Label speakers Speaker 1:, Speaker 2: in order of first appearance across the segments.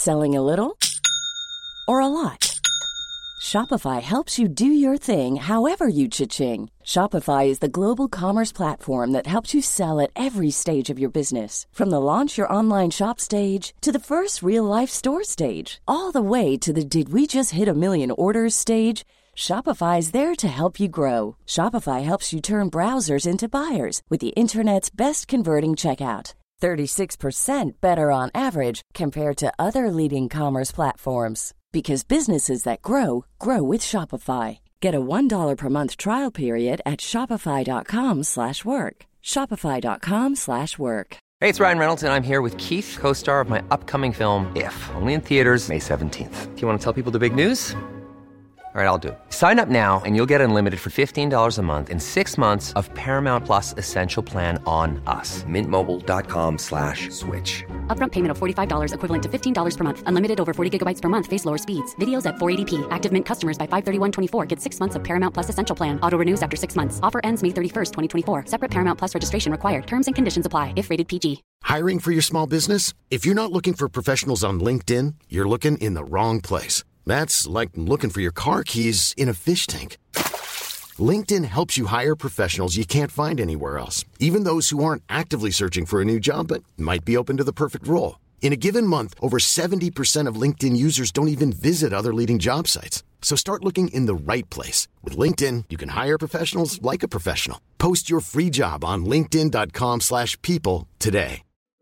Speaker 1: Selling a little or a lot? Shopify helps you do your thing however you cha-ching. Shopify is the global commerce platform that helps you sell at every stage of your business. From the launch your online shop stage to the first real-life store stage, all the way to the did we just hit a million orders stage. Shopify is there to help you grow. Shopify helps you turn browsers into buyers with the internet's best converting checkout. 36% better on average compared to other leading commerce platforms. Because businesses that grow, grow with Shopify. Get a $1 per month trial period at shopify.com/work. Shopify.com/work.
Speaker 2: Hey, it's Ryan Reynolds, and I'm here with Keith, co-star of my upcoming film, If, only in theaters May 17th. Do you want to tell people the big news? All right, I'll do it. Sign up now and you'll get unlimited for $15 a month and 6 months of Paramount Plus Essential Plan on us. MintMobile.com/switch.
Speaker 3: Upfront payment of $45 equivalent to $15 per month. Unlimited over 40 gigabytes per month. Face lower speeds. Videos at 480p. Active Mint customers by 531.24 get 6 months of Paramount Plus Essential Plan. Auto renews after 6 months. Offer ends May 31st, 2024. Separate Paramount Plus registration required. Terms and conditions apply if rated PG.
Speaker 4: Hiring for your small business? If you're not looking for professionals on LinkedIn, you're looking in the wrong place. That's like looking for your car keys in a fish tank. LinkedIn helps you hire professionals you can't find anywhere else, even those who aren't actively searching for a new job but might be open to the perfect role. In a given month, over 70% of LinkedIn users don't even visit other leading job sites. So start looking in the right place. With LinkedIn, you can hire professionals like a professional. Post your free job on linkedin.com/people today.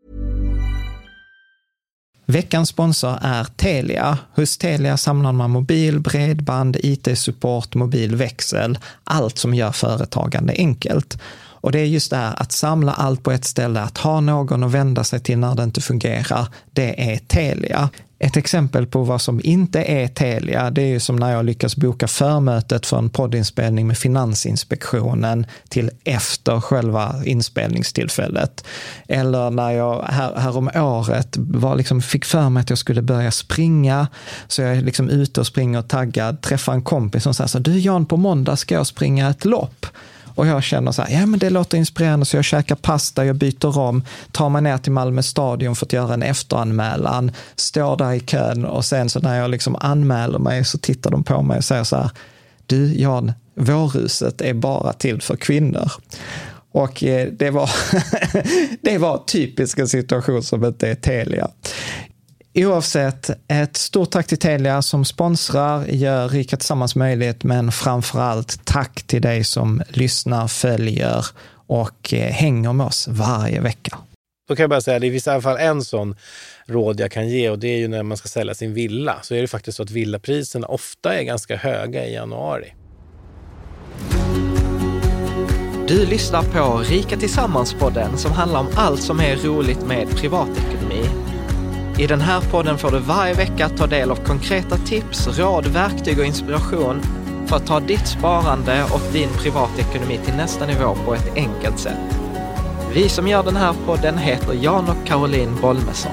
Speaker 5: Veckans sponsor är Telia. Hos Telia samlar man mobil, bredband, IT-support, mobilväxel, allt som gör företagande enkelt. Och det är just det här att samla allt på ett ställe, att ha någon att vända sig till när det inte fungerar, det är Telia. Ett exempel på vad som inte är Telia, det är ju som när jag lyckas boka förmötet för en poddinspelning med Finansinspektionen till efter själva inspelningstillfället. Eller när jag här om året fick för mig att jag skulle börja springa, så jag är liksom ute och springer och taggad, träffar en kompis som säger så: du Jan, på måndag ska jag springa ett lopp. Och jag känner så här, ja men det låter inspirerande, så jag käkar pasta, jag byter om, tar mig ner till Malmö stadion för att göra en efteranmälan, står där i kön, och sen så när jag liksom anmäler mig så tittar de på mig och säger så här: du Jan, vårhuset är bara till för kvinnor. Och det var typisk en situation som inte är Telia. Oavsett, ett stort tack till Telia som sponsrar, gör Rika Tillsammans möjligt, men framförallt tack till dig som lyssnar, följer och hänger med oss varje vecka.
Speaker 6: Då kan jag bara säga, det finns i alla fall en sån råd jag kan ge, och det är ju när man ska sälja sin villa. Så är det faktiskt så att villapriserna ofta är ganska höga i januari.
Speaker 5: Du lyssnar på Rika Tillsammans-podden som handlar om allt som är roligt med privatekonomi. I den här podden får du varje vecka ta del av konkreta tips, råd, verktyg och inspiration för att ta ditt sparande och din privatekonomi till nästa nivå på ett enkelt sätt. Vi som gör den här podden heter Jan och Caroline Bolmesson.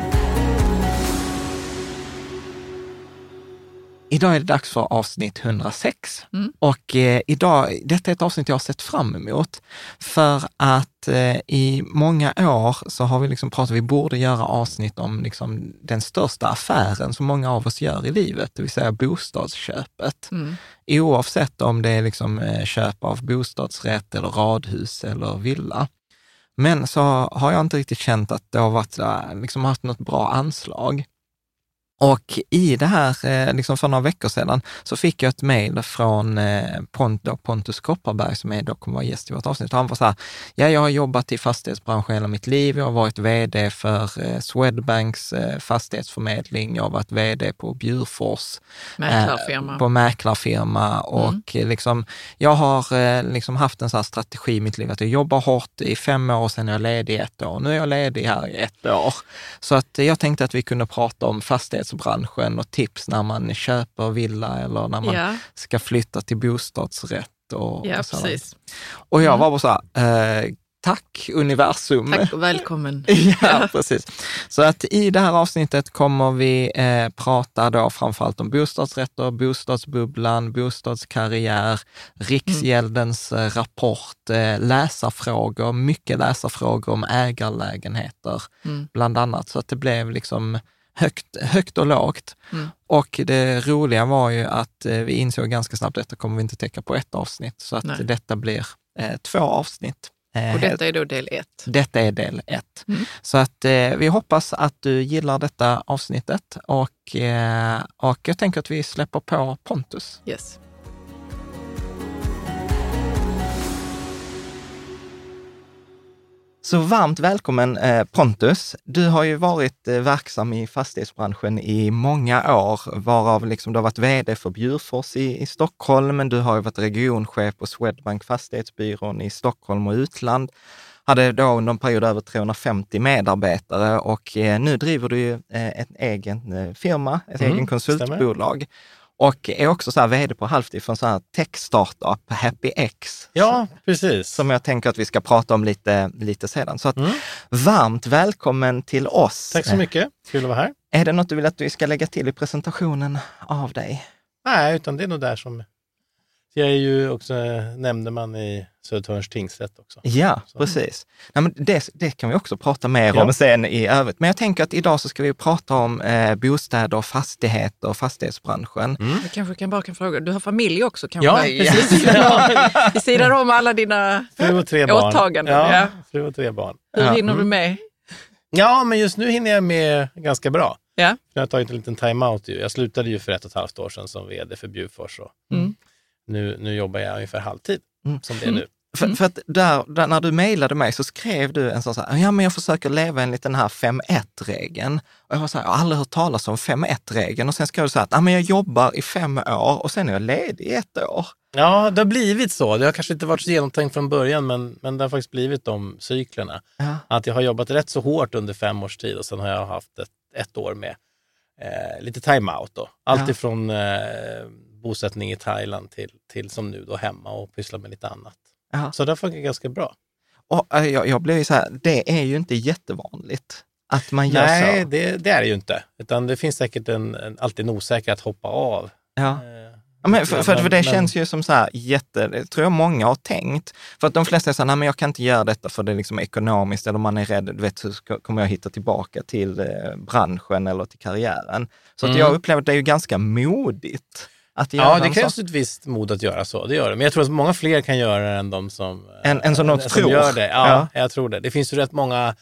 Speaker 5: Idag är det dags för avsnitt 106. Och detta är ett avsnitt jag har sett fram emot. För att i många år så har vi liksom pratat, vi borde göra avsnitt om liksom den största affären som många av oss gör i livet, det vill säga bostadsköpet. Oavsett om det är liksom köp av bostadsrätt eller radhus eller villa. Men så har jag inte riktigt känt att det har varit liksom haft något bra anslag. Och i det här, liksom för några veckor sedan, så fick jag ett mejl från Pontus Kopparberg som kommer vara gäst i vårt avsnitt. Och han var så här: ja, jag har jobbat i fastighetsbranschen hela mitt liv. Jag har varit vd för Swedbanks fastighetsförmedling. Jag har varit vd på Bjurfors mäklarfirma. Och liksom, jag har liksom haft en sån här strategi i mitt liv att jag jobbar hårt i 5 år och sen är jag ledig i 1 år. Nu är jag ledig här i 1 år. Så att jag tänkte att vi kunde prata om fastighetsbranschen och tips när man köper villa eller när man ska flytta till bostadsrätt och
Speaker 7: precis.
Speaker 5: Och jag var bara så här, tack universum.
Speaker 7: Tack och välkommen.
Speaker 5: Ja, precis. Så att i det här avsnittet kommer vi prata då framförallt om bostadsrätter, bostadsbubblan, bostadskarriär, Riksgäldens rapport, mycket läsarfrågor om ägarlägenheter bland annat. Så att det blev liksom högt och lågt. Och det roliga var ju att vi insåg ganska snabbt att detta kommer vi inte täcka på ett avsnitt. Så att detta blir 2 avsnitt.
Speaker 7: Och detta är då del 1?
Speaker 5: Detta är del 1. Så att vi hoppas att du gillar detta avsnittet och jag tänker att vi släpper på Pontus.
Speaker 7: Yes.
Speaker 5: Så varmt välkommen Pontus. Du har ju varit verksam i fastighetsbranschen i många år, varav liksom du har varit vd för Bjurfors i Stockholm, men du har ju varit regionchef på Swedbank Fastighetsbyrån i Stockholm och utland. Hade då under en period över 350 medarbetare och nu driver du ju en egen firma, ett egen konsultbolag. Stämmer. Och är också så här vd på halvtid för en sån här tech-startup, HappyX.
Speaker 6: Ja, precis.
Speaker 5: Som jag tänker att vi ska prata om lite sedan. Så att varmt välkommen till oss.
Speaker 6: Tack så mycket. Kul att vara här.
Speaker 5: Är det något du vill att vi ska lägga till i presentationen av dig?
Speaker 6: Nej, utan det är nog där som... Jag är ju också nämndeman i Södertörns tingsrätt också.
Speaker 5: Ja, så. Precis. Nej, men det kan vi också prata mer om sen i övrigt. Men jag tänker att idag så ska vi prata om bostäder och fastigheter och fastighetsbranschen.
Speaker 7: Jag kanske kan fråga, du har familj också kanske?
Speaker 6: Ja, precis.
Speaker 7: Vi sidar om alla dina åtaganden.
Speaker 6: Ja, fru och 3 barn.
Speaker 7: Hur hinner du med?
Speaker 6: Ja, men just nu hinner jag med ganska bra.
Speaker 7: Ja.
Speaker 6: Jag har tagit en liten time-out. Jag slutade ju för 1,5 år sedan som vd för Bjurfors. Nu jobbar jag ungefär halvtid som det är nu.
Speaker 5: För att där, när du mejlade mig så skrev du en sån så här, ja men jag försöker leva enligt den här 5-1-regeln. Och jag var så här, jag har aldrig hört talas om 5-1-regeln. Och sen skrev du så här, ja men jag jobbar i 5 år och sen är jag ledig i 1 år. Ja,
Speaker 6: det har blivit så. Det har kanske inte varit så genomtänkt från början, men det har faktiskt blivit de cyklerna. Ja. Att jag har jobbat rätt så hårt under 5 års tid och sen har jag haft ett år med lite time-out då. Allt ifrån bosättning i Thailand till som nu då hemma och pyssla med lite annat. Aha. Så det funkar ganska bra.
Speaker 5: Och jag blev ju så här, det är ju inte jättevanligt att man gör så.
Speaker 6: Nej, det är det ju inte. Utan det finns säkert alltid en osäkerhet att hoppa av.
Speaker 5: Ja. Men för det känns ju som så här det tror jag många har tänkt. För att de flesta är så här, nej men jag kan inte göra detta för det är liksom ekonomiskt eller man är rädd, du vet hur kommer jag hitta tillbaka till branschen eller till karriären. Så att jag upplever att det är ju ganska modigt.
Speaker 6: Ja, det krävs ett visst mod att göra så, det gör det. Men jag tror att många fler kan göra det än de som,
Speaker 5: som tror.
Speaker 6: Gör det. Ja, jag tror det. Det finns ju rätt många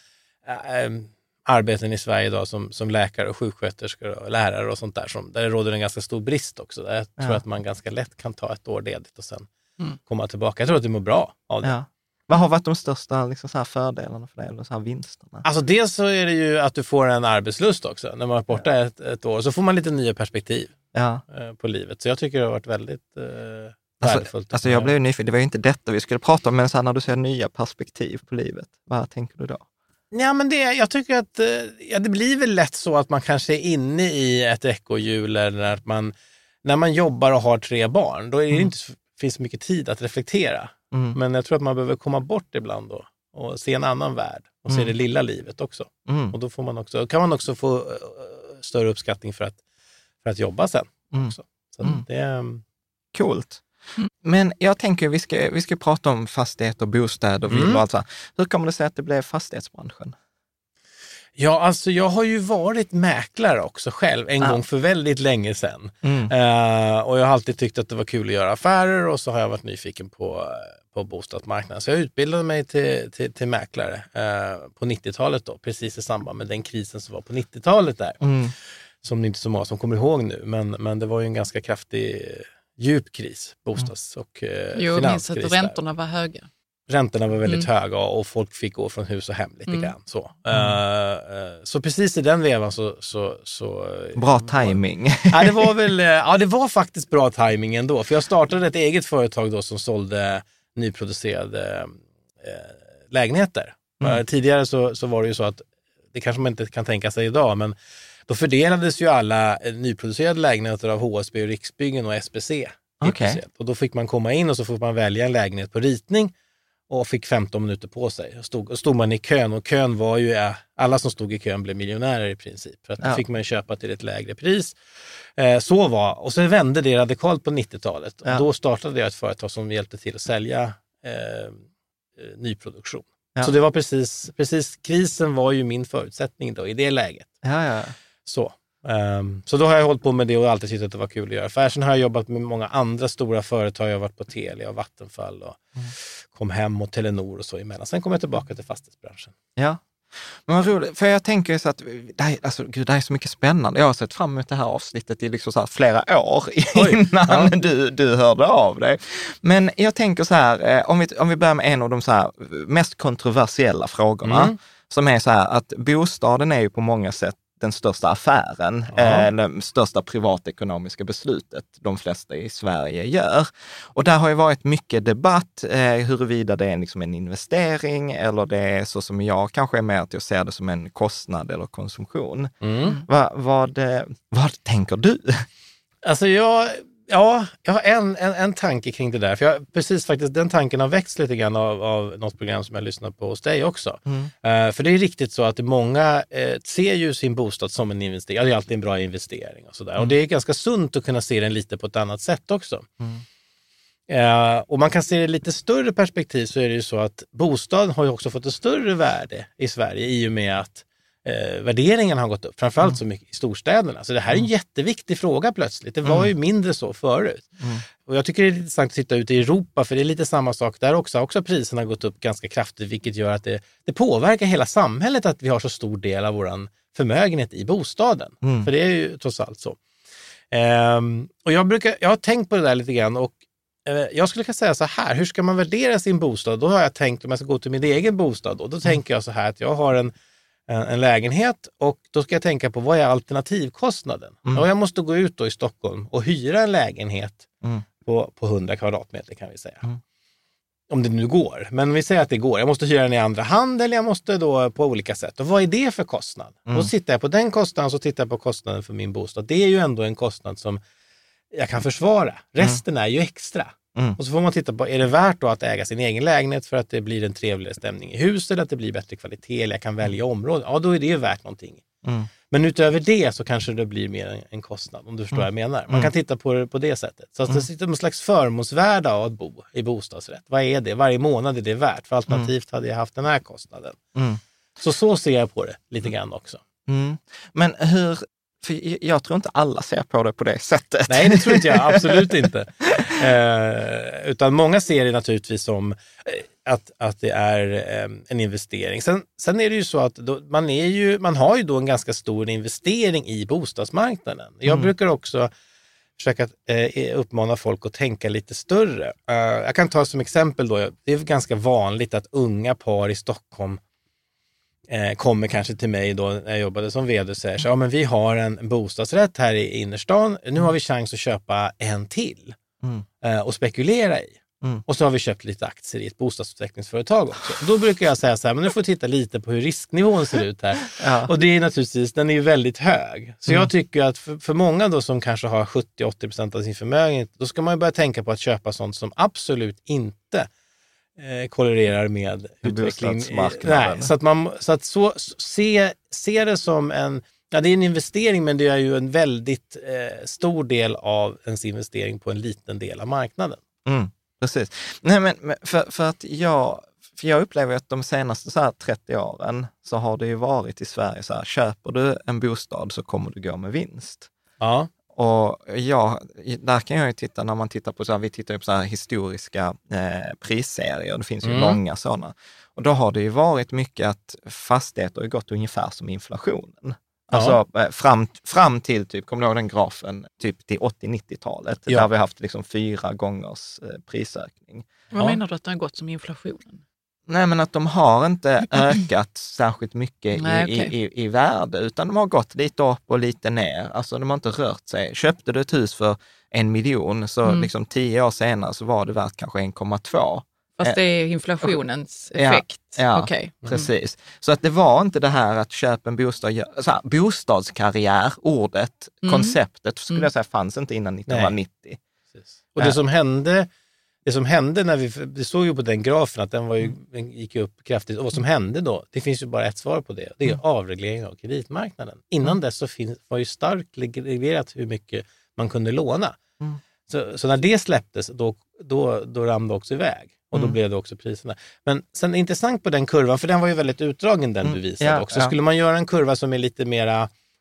Speaker 6: arbeten i Sverige idag som läkare och sjuksköterskor och lärare och sånt där, där det råder en ganska stor brist också. Där jag tror att man ganska lätt kan ta 1 år ledigt och sen komma tillbaka. Jag tror att det mår bra av det. Ja.
Speaker 5: Vad har varit de största liksom, så här fördelarna för dig, eller så här vinsterna?
Speaker 6: Alltså dels så är det ju att du får en arbetslust också. När man är borta ett år så får man lite nya perspektiv på livet. Så jag tycker det har varit väldigt värdefullt.
Speaker 5: Alltså jag blev nyfiken, det var ju inte detta vi skulle prata om, men så här, när du ser nya perspektiv på livet, vad tänker du då?
Speaker 6: Ja, men jag tycker att det blir väl lätt så att man kanske är inne i ett ekorrhjul, eller att när man jobbar och har 3 barn, då är det inte finns så mycket tid att reflektera. Men jag tror att man behöver komma bort ibland då och se en annan värld och se det lilla livet också. Och då kan man också få större uppskattning för att jobba sen också. Så det är
Speaker 5: coolt. Men jag tänker vi ska prata om fastighet och bostäder och villor och allt så här. Hur kommer det sig att det blev fastighetsbranschen?
Speaker 6: Ja, alltså jag har ju varit mäklare också själv en gång för väldigt länge sedan. Och jag har alltid tyckt att det var kul att göra affärer, och så har jag varit nyfiken på bostadsmarknaden. Så jag utbildade mig till mäklare på 90-talet då, precis i samband med den krisen som var på 90-talet där. Som det inte är så många som kommer ihåg nu, men det var ju en ganska kraftig, djup kris, bostads- och finanskris.
Speaker 7: Jag minns att räntorna var höga.
Speaker 6: Räntorna var väldigt höga och folk fick gå från hus och hem lite grann. Så precis i den vevan så
Speaker 5: bra timing.
Speaker 6: Det var faktiskt bra timing ändå. För jag startade ett eget företag då som sålde nyproducerade lägenheter. Tidigare så var det ju så att, det kanske man inte kan tänka sig idag, men då fördelades ju alla nyproducerade lägenheter av HSB och Riksbyggen och SBC.
Speaker 5: Okay.
Speaker 6: Och då fick man komma in och så fick man välja en lägenhet på ritning och fick 15 minuter på sig. Stod man i kön, och kön var ju, alla som stod i kön blev miljonärer i princip. För att då fick man köpa till ett lägre pris. Och så vände det radikalt på 90-talet. Och då startade jag ett företag som hjälpte till att sälja nyproduktion. Ja. Så det var precis krisen var ju min förutsättning då i det läget.
Speaker 5: Ja.
Speaker 6: Så då har jag hållit på med det och alltid tyckt att det var kul att göra affärer. Sen har jag jobbat med många andra stora företag. Jag har varit på Telia och Vattenfall och kom hem och Telenor och så emellan. Sen kom jag tillbaka till fastighetsbranschen.
Speaker 5: Ja. Men vad roligt, för jag tänker ju så att det här är så mycket spännande. Jag har sett fram emot det här avsnittet i liksom så här flera år innan du hörde av dig. Men jag tänker så här, om vi börjar med en av de så här mest kontroversiella frågorna, som är så här att bostaden är ju på många sätt den största affären, eller största privatekonomiska beslutet de flesta i Sverige gör. Och där har ju varit mycket debatt huruvida det är liksom en investering eller det är så som jag kanske är med att jag ser det som en kostnad eller konsumtion. Vad tänker du?
Speaker 6: Alltså jag har en tanke kring det där. För precis faktiskt, den tanken har växt lite grann av något program som jag lyssnar på hos dig också. För det är riktigt så att många ser ju sin bostad som en investering. Det är alltid en bra investering och sådär. Och det är ganska sunt att kunna se den lite på ett annat sätt också. Och man kan se det i lite större perspektiv, så är det ju så att bostaden har ju också fått ett större värde i Sverige i och med att värderingen har gått upp, framförallt så mycket i storstäderna. Så det här är en jätteviktig fråga plötsligt. Det var ju mindre så förut. Och jag tycker det är intressant att titta ut i Europa, för det är lite samma sak där också. Också priserna har gått upp ganska kraftigt, vilket gör att det påverkar hela samhället att vi har så stor del av våran förmögenhet i bostaden. För det är ju trots allt så. Och jag har tänkt på det där lite grann, och jag skulle kunna säga så här: hur ska man värdera sin bostad? Då har jag tänkt, om jag ska gå till min egen bostad, och då tänker jag så här att jag har en lägenhet, och då ska jag tänka på vad är alternativkostnaden. Och jag måste gå ut då i Stockholm och hyra en lägenhet på 100 kvadratmeter kan vi säga. Om det nu går. Men vi säger att det går. Jag måste hyra den i andra hand, eller jag måste då på olika sätt. Och vad är det för kostnad? Då tittar jag på den kostnaden, så tittar jag på kostnaden för min bostad. Det är ju ändå en kostnad som jag kan försvara. Resten är ju extra. Och så får man titta på, är det värt då att äga sin egen lägenhet för att det blir en trevligare stämning i huset, eller att det blir bättre kvalitet, eller jag kan välja område. Ja, då är det ju värt någonting. Men utöver det så kanske det blir mer en kostnad, om du förstår vad jag menar. Man kan titta på det på det sättet. Så att det sitter någon slags förmånsvärde av att bo i bostadsrätt. Vad är det? Varje månad är det värt. För alternativt hade jag haft den här kostnaden. Så ser jag på det lite grann också.
Speaker 5: Men hur... För jag tror inte alla ser på det på det sättet.
Speaker 6: Nej, det tror inte jag. Absolut inte. Utan många ser det naturligtvis som att det är en investering. Sen är det ju så att man har ju då en ganska stor investering i bostadsmarknaden. Jag brukar också försöka uppmana folk att tänka lite större. Jag kan ta som exempel då. Det är ganska vanligt att unga par i Stockholm kommer kanske till mig då när jag jobbade som vd och säger så, men vi har en bostadsrätt här i innerstan. Nu har vi chans att köpa en till och spekulera i. Och så har vi köpt lite aktier i ett bostadsutvecklingsföretag också. Då brukar jag säga så här, men nu får vi titta lite på hur risknivån ser ut här. Och det är naturligtvis, den är ju väldigt hög. Så jag tycker att för många då som kanske har 70-80% av sin förmögenhet, då ska man ju börja tänka på att köpa sånt som absolut inte korrelerar med utveckling. Nej, se det som det är en investering, men det är ju en väldigt stor del av ens investering på en liten del av marknaden.
Speaker 5: Precis. Nej, men för att jag upplever att de senaste så här 30 åren så har det ju varit i Sverige så här: köper du en bostad så kommer du gå med vinst.
Speaker 6: Ja.
Speaker 5: Och där kan jag ju titta, när man tittar på så här, vi tittar på så här historiska prisserier, det finns ju långa sådana. Och då har det ju varit mycket att fastigheter har gått ungefär som inflationen. Alltså fram till typ, kommer du ihåg den grafen, typ till 80-90-talet, där vi har haft liksom 4 gångers prisökning.
Speaker 7: Vad menar du att det har gått som inflationen?
Speaker 5: Nej, men att de har inte ökat särskilt mycket i värde, utan de har gått lite upp och lite ner. Alltså de har inte rört sig. Köpte du ett hus för 1 miljon, så liksom 10 år senare så var det värt kanske 1,2.
Speaker 7: Fast det är inflationens effekt.
Speaker 5: Ja,
Speaker 7: okay.
Speaker 5: Precis. Så att det var inte det här att köpa en bostad, så här, bostadskarriär, ordet, konceptet skulle jag säga fanns inte innan 1990.
Speaker 6: Och det som hände när vi såg ju på den grafen att den gick upp kraftigt. Och vad som hände då, det finns ju bara ett svar på det. Det är avreglering av kreditmarknaden. Innan dess så var ju starkt reglerat hur mycket man kunde låna. Så när det släpptes, då ramlade också iväg. Och då blev det också priserna. Men sen intressant på den kurvan, för den var ju väldigt utdragen den du visade också. Skulle man göra en kurva som är lite mera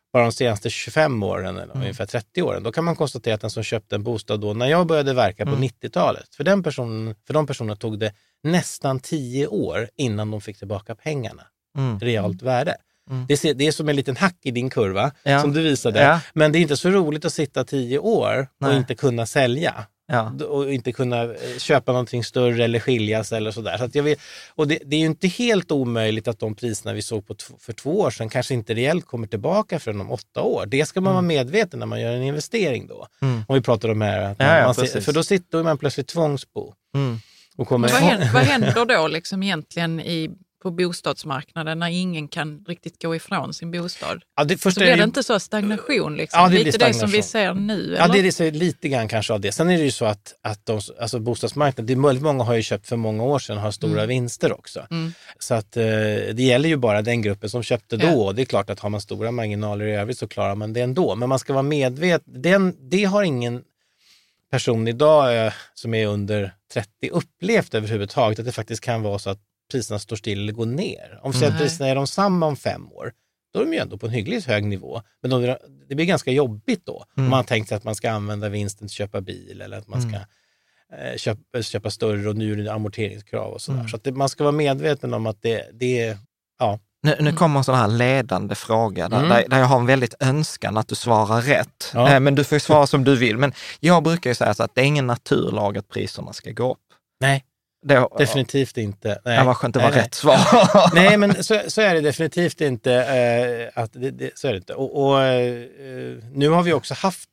Speaker 6: bara de senaste 25 åren eller ungefär 30 åren, då kan man konstatera att den som köpte en bostad då, när jag började verka på 90-talet, för de personerna tog det nästan 10 år innan de fick tillbaka pengarna. Realt värde. Det är som en liten hack i din kurva som du visade. Men det är inte så roligt att sitta 10 år och inte kunna sälja. Och inte kunna köpa någonting större eller skiljas eller sådär. Så att det är ju inte helt omöjligt att de priserna vi såg på för 2 år sedan kanske inte reellt kommer tillbaka förrän om 8 år. Det ska man vara medveten när man gör en investering då. Om vi pratar om här. För då är man plötsligt tvångsbo. Och
Speaker 7: vad händer då liksom egentligen på bostadsmarknaden när ingen kan riktigt gå ifrån sin bostad? Så blir det inte så stagnation liksom?
Speaker 6: Ja, det
Speaker 7: lite det som vi ser nu?
Speaker 6: Ja, det är lite grann kanske av det. Sen är det ju så att bostadsmarknaden, väldigt många har ju köpt för många år sedan och har stora vinster också. Så att det gäller ju bara den gruppen som köpte då. Och det är klart att har man stora marginaler i övrigt så klarar man det ändå. Men man ska vara medveten. Det har ingen person idag som är under 30 upplevt överhuvudtaget, att det faktiskt kan vara så att priserna står still eller går ner. Om vi säger att priserna är de samma om 5 år, då är de ju ändå på en hyggligt hög nivå. Men det blir ganska jobbigt då. Om man tänkt sig att man ska använda vinsten till att köpa bil eller att man ska köpa större och nu amorteringskrav och sådär. Så att man ska vara medveten om att det ja.
Speaker 5: Nu kommer en sån här ledande fråga där jag har en väldigt önskan att du svarar rätt. Men du får ju svara som du vill. Men jag brukar ju säga så att det är ingen naturlag att priserna ska gå upp.
Speaker 6: Nej. Definitivt inte.
Speaker 5: Nej. Det var skönt, det var rätt svar.
Speaker 6: Nej, men så är det definitivt inte. Så är det inte. Och nu har vi också haft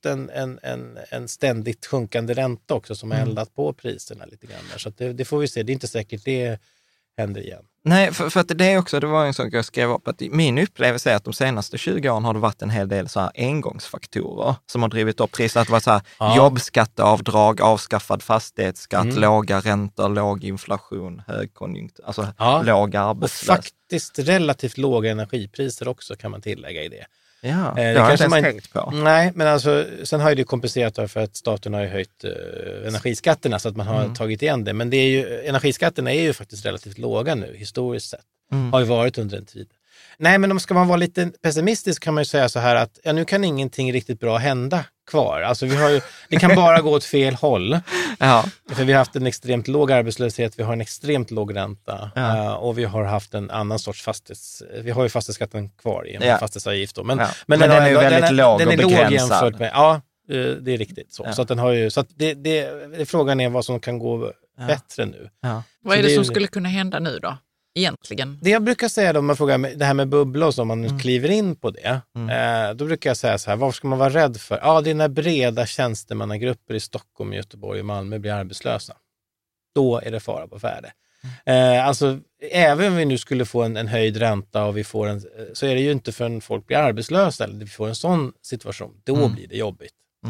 Speaker 6: en ständigt sjunkande ränta också som har eldat på priserna lite grann. Så att det får vi se. Det är inte säkert det händer igen.
Speaker 5: Nej, för att det är också, det var en sak jag skrev upp, att min upplevelse är att de senaste 20 åren har det varit en hel del så här engångsfaktorer som har drivit upp priset. Att det var så här jobbskatteavdrag, avskaffad fastighetsskatt, låga räntor, låg inflation, högkonjunktur, alltså låg arbetslöshet.
Speaker 6: Och faktiskt relativt låga energipriser också kan man tillägga i det.
Speaker 5: Ja, det har jag inte ens tänkt på.
Speaker 6: Nej, men alltså, sen har ju det kompenserat för att staten har ju höjt energiskatterna så att man har tagit igen det. Men energiskatterna är ju faktiskt relativt låga nu, historiskt sett. Har ju varit under en tid. Nej, men om ska man vara lite pessimistisk kan man ju säga så här att nu kan ingenting riktigt bra hända kvar. Alltså det kan bara gå åt fel håll. För vi har haft en extremt låg arbetslöshet, vi har en extremt låg ränta och vi har haft en annan sorts vi har ju fastighetsskatten kvar i en fastighetsavgift då. Men
Speaker 5: den är ju väldigt låg och begränsad.
Speaker 6: Det är riktigt så. Så att den har ju, så att frågan är vad som kan gå bättre nu.
Speaker 7: Vad är det som skulle kunna hända nu då? Egentligen.
Speaker 6: Det jag brukar säga då, om man frågar det här med bubblor, så om man nu kliver in på det, då brukar jag säga så här, vad ska man vara rädd för? Det är när breda tjänstemannagrupper i Stockholm, Göteborg och Malmö blir arbetslösa. Då är det fara på färde. Alltså, även om vi nu skulle få en höjd ränta och vi får så är det ju inte förrän folk blir arbetslösa eller vi får en sån situation. Då blir det jobbigt.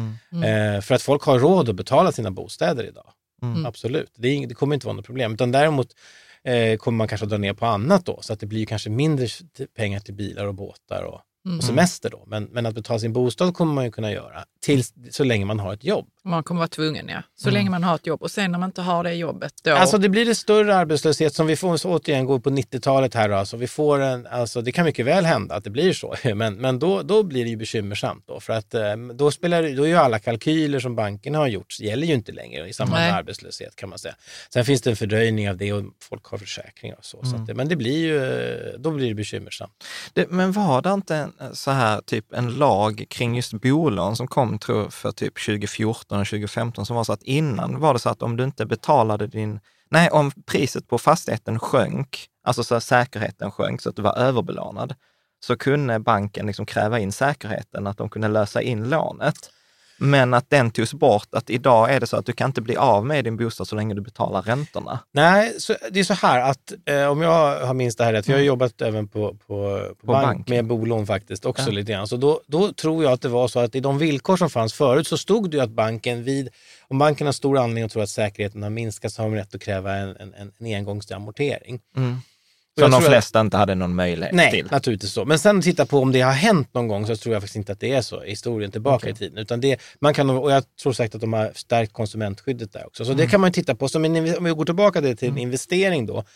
Speaker 6: För att folk har råd att betala sina bostäder idag. Absolut. Det kommer inte vara något problem. Utan däremot kommer man kanske att dra ner på annat då. Så att det blir kanske mindre pengar till bilar och båtar och semester då. Men att betala sin bostad kommer man ju kunna göra så länge man har ett jobb.
Speaker 7: Man kommer vara tvungen, så länge man har ett jobb. Och sen när man inte har det jobbet då...
Speaker 6: Alltså det blir det större arbetslöshet som vi får, så återigen går på 90-talet här då. Alltså vi får det kan mycket väl hända att det blir så. Men då blir det ju bekymmersamt då. För att då är ju alla kalkyler som banken har gjort gäller ju inte längre i samband med arbetslöshet kan man säga. Sen finns det en fördröjning av det och folk har försäkringar och så. Men det blir ju, då blir det bekymmersamt.
Speaker 5: Men var det inte så här typ en lag kring just bolån som kom tror för typ 2014 och 2015 som var så att innan var det så att om du inte betalade om priset på fastigheten sjönk, alltså så säkerheten sjönk så att du var överbelånad, så kunde banken liksom kräva in säkerheten att de kunde lösa in lånet. Men att den togs bort, att idag är det så att du kan inte bli av med din bostad så länge du betalar räntorna.
Speaker 6: Nej, det är så här att om jag har minst det här rätt, vi har jobbat även på bank med bolån faktiskt också lite grann. Så då tror jag att det var så att i de villkor som fanns förut så stod det ju att banken om banken har stor anledning att tro att säkerheten har minskat så har man rätt att kräva en engångsamortering.
Speaker 5: Så de flesta inte hade någon möjlighet till.
Speaker 6: Nej, naturligtvis så. Men sen titta på om det har hänt någon gång, så tror jag faktiskt inte att det är så i historien tillbaka i tiden. Utan man kan, och jag tror säkert att de har stärkt konsumentskyddet där också. Så det kan man titta på. Om vi går tillbaka till en investering då.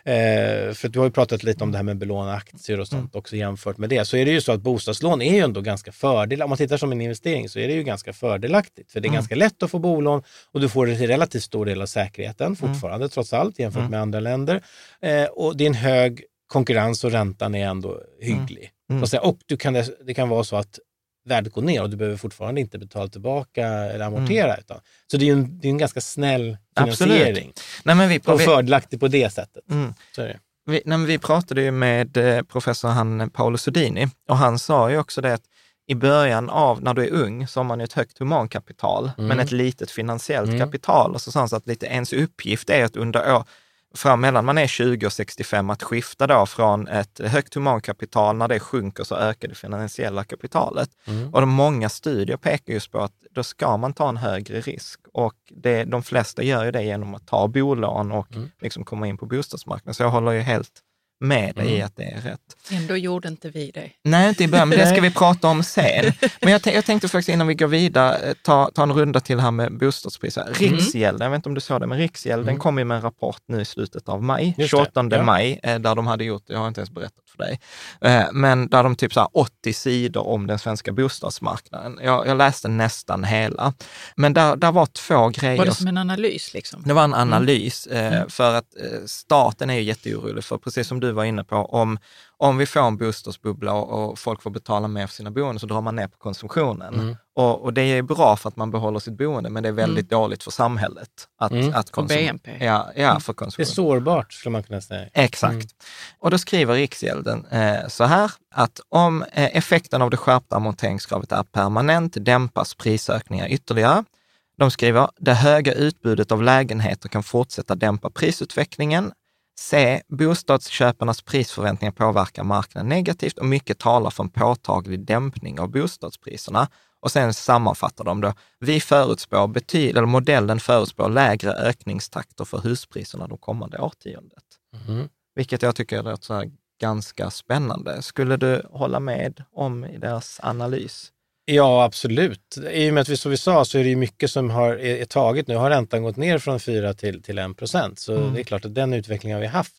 Speaker 6: För att vi har ju pratat lite om det här med belåna aktier och sånt också jämfört med det. Så är det ju så att bostadslån är ju ändå ganska fördelaktigt. Om man tittar som en investering så är det ju ganska fördelaktigt. För det är ganska lätt att få bolån och du får en relativt stor del av säkerheten fortfarande trots allt jämfört med andra länder. Och det är en hög konkurrens och räntan är ändå hygglig. Och det kan vara så att värdet går ner och du behöver fortfarande inte betala tillbaka eller amortera. Så det är en ganska snäll finansiering.
Speaker 5: Nej, men
Speaker 6: och fördelaktig på det sättet. Så är det.
Speaker 5: Vi pratade ju med professor Paolo Sodini och han sa ju också det att i början av när du är ung så har man ju ett högt humankapital men ett litet finansiellt kapital. Och så sa han så att lite ens uppgift är att under år mellan man är 20 och 65 att skifta då från ett högt humankapital, när det sjunker så ökar det finansiella kapitalet. Och många studier pekar just på att då ska man ta en högre risk och de flesta gör ju det genom att ta bolån och liksom komma in på bostadsmarknaden. Så jag håller ju helt med dig i att det är rätt.
Speaker 7: Ändå gjorde inte vi det.
Speaker 5: Nej, inte i början, men det ska vi prata om sen. Men jag tänkte faktiskt innan vi går vidare ta en runda till här med bostadspriser. Riksgälden, jag vet inte om du sa det, men Riksgälden kom ju med en rapport nu i slutet av maj, 28 maj, där de hade gjort, jag har inte ens berättat för dig, men där de typ så här 80 sidor om den svenska bostadsmarknaden. Jag läste nästan hela. Men där var två grejer.
Speaker 7: Var det som en analys liksom?
Speaker 5: Det var en analys, för att staten är ju jätteorolig för, precis som du var inne på, om vi får en bostadsbubbla och folk får betala mer för sina boenden så drar man ner på konsumtionen. Och det är bra för att man behåller sitt boende, men det är väldigt dåligt för samhället.
Speaker 7: För BNP.
Speaker 5: Ja, för konsumtion.
Speaker 6: Det är sårbart, skulle man kunna säga.
Speaker 5: Exakt. Och då skriver Riksgälden så här, att om effekten av det skärpta amorteringskravet är permanent dämpas prisökningar ytterligare. De skriver, det höga utbudet av lägenheter kan fortsätta dämpa prisutvecklingen. C. Bostadsköparnas prisförväntningar påverkar marknaden negativt och mycket talar för en påtaglig dämpning av bostadspriserna. Och sen sammanfattar de då, modellen förutspår lägre ökningstakter för huspriserna de kommande årtiondet. Vilket jag tycker är så här ganska spännande. Skulle du hålla med om i deras analys?
Speaker 6: Ja, absolut. I och med att vi sa så är det ju mycket som är taget nu. Har räntan gått ner från 4 till 1%. Så det är klart att den utvecklingen har vi haft.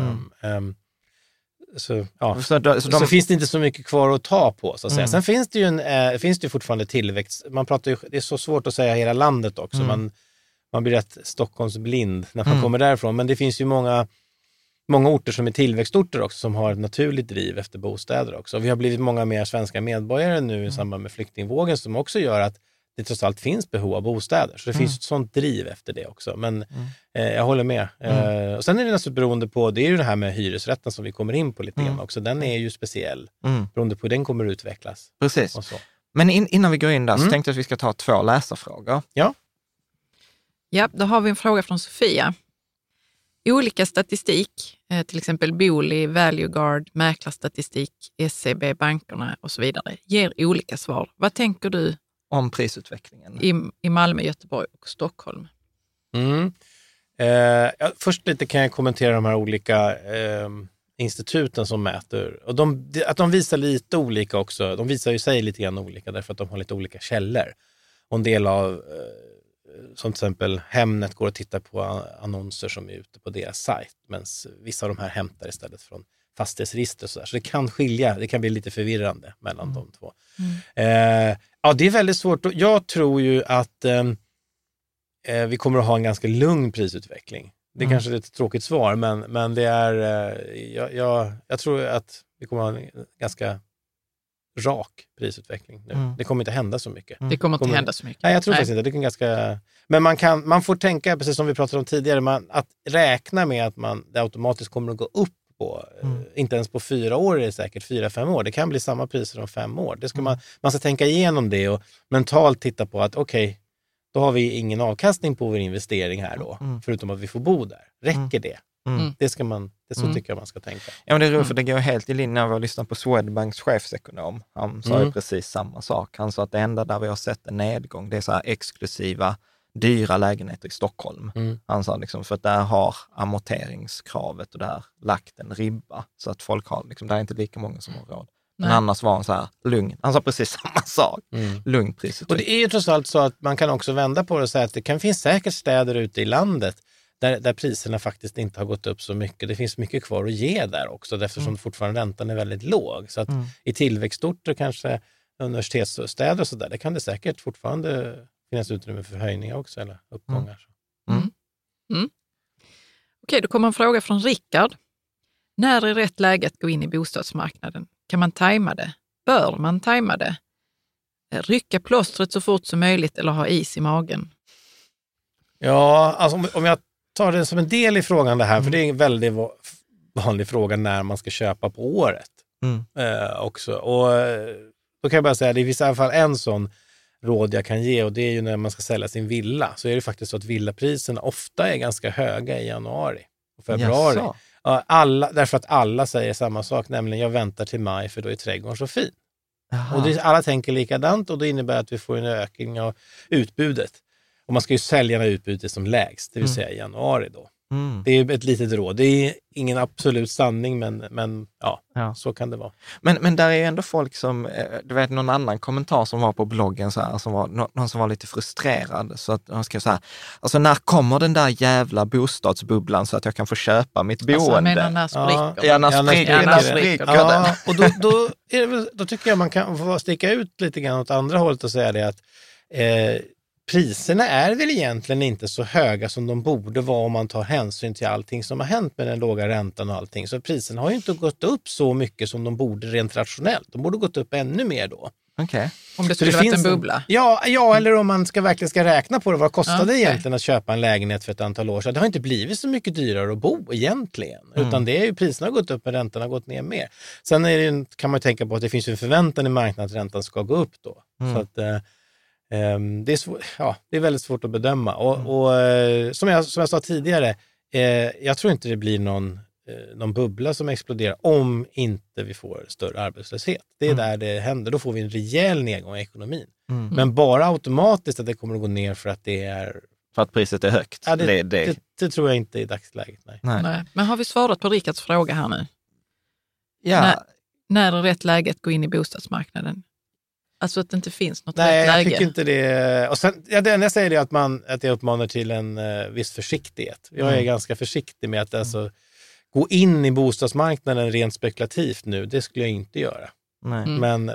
Speaker 6: Så finns det inte så mycket kvar att ta på, så att säga. Sen finns det ju fortfarande tillväxt. Man pratar ju, det är så svårt att säga hela landet också. Man blir rätt Stockholmsblind när man kommer därifrån. Men det finns ju många orter som är tillväxtorter också som har ett naturligt driv efter bostäder också. Vi har blivit många mer svenska medborgare nu i samband med flyktingvågen som också gör att det trots allt finns behov av bostäder. Så det finns ett sånt driv efter det också. Men jag håller med. Och sen är det naturligtvis beroende på, det är ju det här med hyresrätten som vi kommer in på lite grann också. Den är ju speciell. Beroende på hur den kommer att utvecklas.
Speaker 5: Precis.
Speaker 6: Och så.
Speaker 5: Men innan vi går in där så tänkte jag att vi ska ta 2 läsarfrågor.
Speaker 7: Ja, då har vi en fråga från Sofia. Olika statistik, till exempel Booli, Valueguard, mäklarstatistik, SCB, bankerna och så vidare, ger olika svar. Vad tänker du
Speaker 5: om prisutvecklingen
Speaker 7: i Malmö, Göteborg och Stockholm?
Speaker 6: Först lite kan jag kommentera de här olika instituten som mäter. Och att de visar lite olika också. De visar ju sig lite grann olika därför att de har lite olika källor. Och en del av som till exempel Hemnet går och tittar på annonser som är ute på deras sajt, medan vissa av de här hämtar istället från fastighetsregister och sådär. Så det kan skilja, det kan bli lite förvirrande mellan de två. Ja, det är väldigt svårt. Jag tror ju att vi kommer att ha en ganska lugn prisutveckling. Det är kanske ett tråkigt svar, men det är jag tror att vi kommer att ha en ganska rak prisutveckling nu. Det kommer inte hända så mycket.
Speaker 7: Det kommer inte hända så mycket.
Speaker 6: Nej, jag tror faktiskt inte. Det kan ganska... Men man får tänka, precis som vi pratade om tidigare, att räkna med att det automatiskt kommer att gå upp på, inte ens på 4 år är det säkert, 4-5 år. Det kan bli samma priser om 5 år. Det ska man ska tänka igenom det och mentalt titta på att okej, då har vi ingen avkastning på vår investering här då, förutom att vi får bo där. Räcker det? Det så tycker jag man ska tänka.
Speaker 5: Ja, men det är roligt för det går helt i linje när vi har lyssnat på Swedbanks chefsekonom. Han sa ju precis samma sak. Han sa att det enda där vi har sett en nedgång, det är så här exklusiva dyra lägenheter i Stockholm. Han sa liksom, för att där har amorteringskravet och där lagt en ribba. Så att folk har, liksom, det är inte lika många som har råd. Men annars var han så här lugn. Han sa precis samma sak. Lugn prisutveckling.
Speaker 6: Och det är ju trots allt så att man kan också vända på det och säga att det finns säkert städer ute i landet där priserna faktiskt inte har gått upp så mycket. Det finns mycket kvar att ge där också eftersom fortfarande räntan är väldigt låg. Så att i tillväxtorter, kanske universitetsstäder och sådär, det kan det säkert fortfarande finnas utrymme för höjningar också eller uppgångar.
Speaker 7: Okej, då kommer en fråga från Rickard. När är rätt läge att gå in i bostadsmarknaden? Kan man tajma det? Bör man tajma det? Rycka plåstret så fort som möjligt eller ha is i magen?
Speaker 6: Ja, alltså om jag tar det som en del i frågan det här, för det är en väldigt vanlig fråga när man ska köpa på året också. Och då kan jag bara säga, det finns i alla fall en sån råd jag kan ge och det är ju när man ska sälja sin villa. Så är det faktiskt så att villapriserna ofta är ganska höga i januari och februari. Därför att alla säger samma sak, nämligen jag väntar till maj för då är trädgården så fin. Och alla tänker likadant och det innebär att vi får en ökning av utbudet. Och man ska ju sälja när utbudet som lägst, det vill säga i januari då. Det är ett litet råd. Det är ingen absolut sanning, men så kan det vara.
Speaker 5: Men där är ändå folk som, du vet någon annan kommentar som var på bloggen så här, som var någon som var lite frustrerad så att han skrev så här, alltså när kommer den där jävla bostadsbubblan så att jag kan få köpa mitt boende?
Speaker 7: Alltså när spricker?
Speaker 5: Ja, när spricker den.
Speaker 6: Och då tycker jag man kan få sticka ut lite grann åt andra hållet och säga det att priserna är väl egentligen inte så höga som de borde vara om man tar hänsyn till allting som har hänt med den låga räntan och allting. Så priserna har ju inte gått upp så mycket som de borde rent rationellt. De borde gått upp ännu mer då.
Speaker 5: Okay.
Speaker 7: Om det skulle varit en bubbla?
Speaker 6: Ja, eller om man verkligen ska räkna på det. Vad kostar det egentligen att köpa en lägenhet för ett antal år sedan? Det har inte blivit så mycket dyrare att bo egentligen. Utan det är ju, priserna har gått upp men räntan har gått ner mer. Sen kan man ju tänka på att det finns en förväntan i marknaden att räntan ska gå upp då. Så att det är väldigt svårt att bedöma. Och som jag sa tidigare, jag tror inte det blir någon bubbla som exploderar om inte vi får större arbetslöshet. Det är där det händer. Då får vi en rejäl nedgång i ekonomin. Men bara automatiskt att det kommer att gå ner för att det är...
Speaker 5: För att priset är högt.
Speaker 6: Ja, det tror jag inte i dagsläget.
Speaker 7: Nej. Men har vi svarat på Rickards fråga här nu?
Speaker 5: Ja.
Speaker 7: När är rätt läge att gå in i bostadsmarknaden? Alltså att det inte finns något rätt läge.
Speaker 6: Nej, jag tycker inte det. Och sen, det enda jag säger är att jag uppmanar till en viss försiktighet. Jag är ganska försiktig med att alltså, gå in i bostadsmarknaden rent spekulativt nu. Det skulle jag inte göra.
Speaker 5: Nej.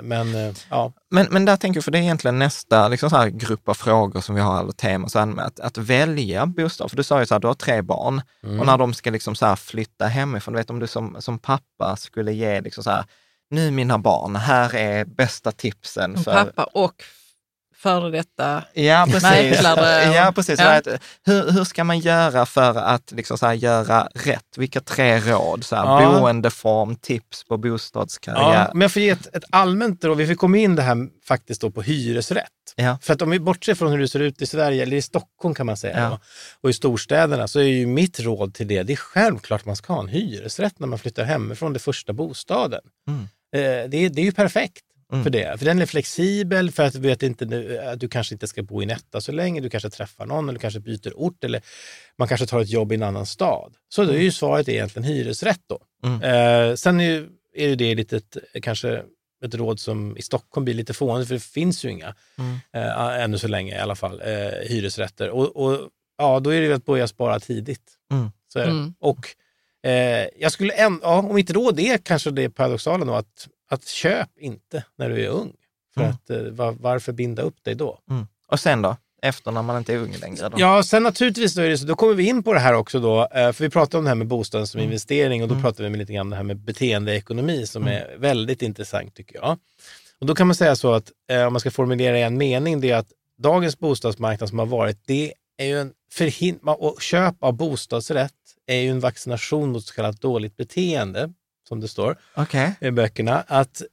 Speaker 6: Men
Speaker 5: där tänker jag, för det är egentligen nästa liksom så här grupp av frågor som vi har alla teman så här med att välja bostad. För du sa ju så här, du har 3 barn och när de ska liksom så här flytta hemifrån, vet om du som pappa skulle ge liksom så här, nu mina barn, här är bästa tipsen. För
Speaker 7: pappa och före detta
Speaker 5: mäklare. Ja, precis. Ja. Hur ska man göra för att liksom så här göra rätt? Vilka 3 råd? Så här, boendeform, tips på bostadskarriär.
Speaker 6: Ja, men jag får ge ett allmänt råd. Vi får komma in det här faktiskt då på hyresrätt. Ja. För att om vi bortser från hur det ser ut i Sverige, eller i Stockholm kan man säga, och i storstäderna, så är ju mitt råd till det är självklart man ska ha en hyresrätt när man flyttar hemifrån det första bostaden. Det är ju perfekt för det. För den är flexibel, för att du vet inte att du kanske inte ska bo i en etta så länge. Du kanske träffar någon eller kanske byter ort eller man kanske tar ett jobb i en annan stad. Så då är ju svaret egentligen hyresrätt då. Sen är det lite kanske ett råd som i Stockholm blir lite fånigt, för det finns ju inga ännu så länge i alla fall hyresrätter. Och då är det ju att börja spara tidigt. Så är det. Och jag skulle om mitt råd är kanske det paradoxala då, att köp inte när du är ung. För att varför binda upp dig då?
Speaker 5: Och sen då? Efter när man inte är ung längre då?
Speaker 6: Ja, sen naturligtvis då är det så. Då kommer vi in på det här också då. För vi pratar om det här med bostaden som investering och då pratar vi lite grann om det här med beteendeekonomi som är väldigt intressant tycker jag. Och då kan man säga så att om man ska formulera i en mening, det är att dagens bostadsmarknad som har varit, det är ju en och köp av bostadsrätt är ju en vaccination mot så kallat dåligt beteende, som det står i böckerna. Att,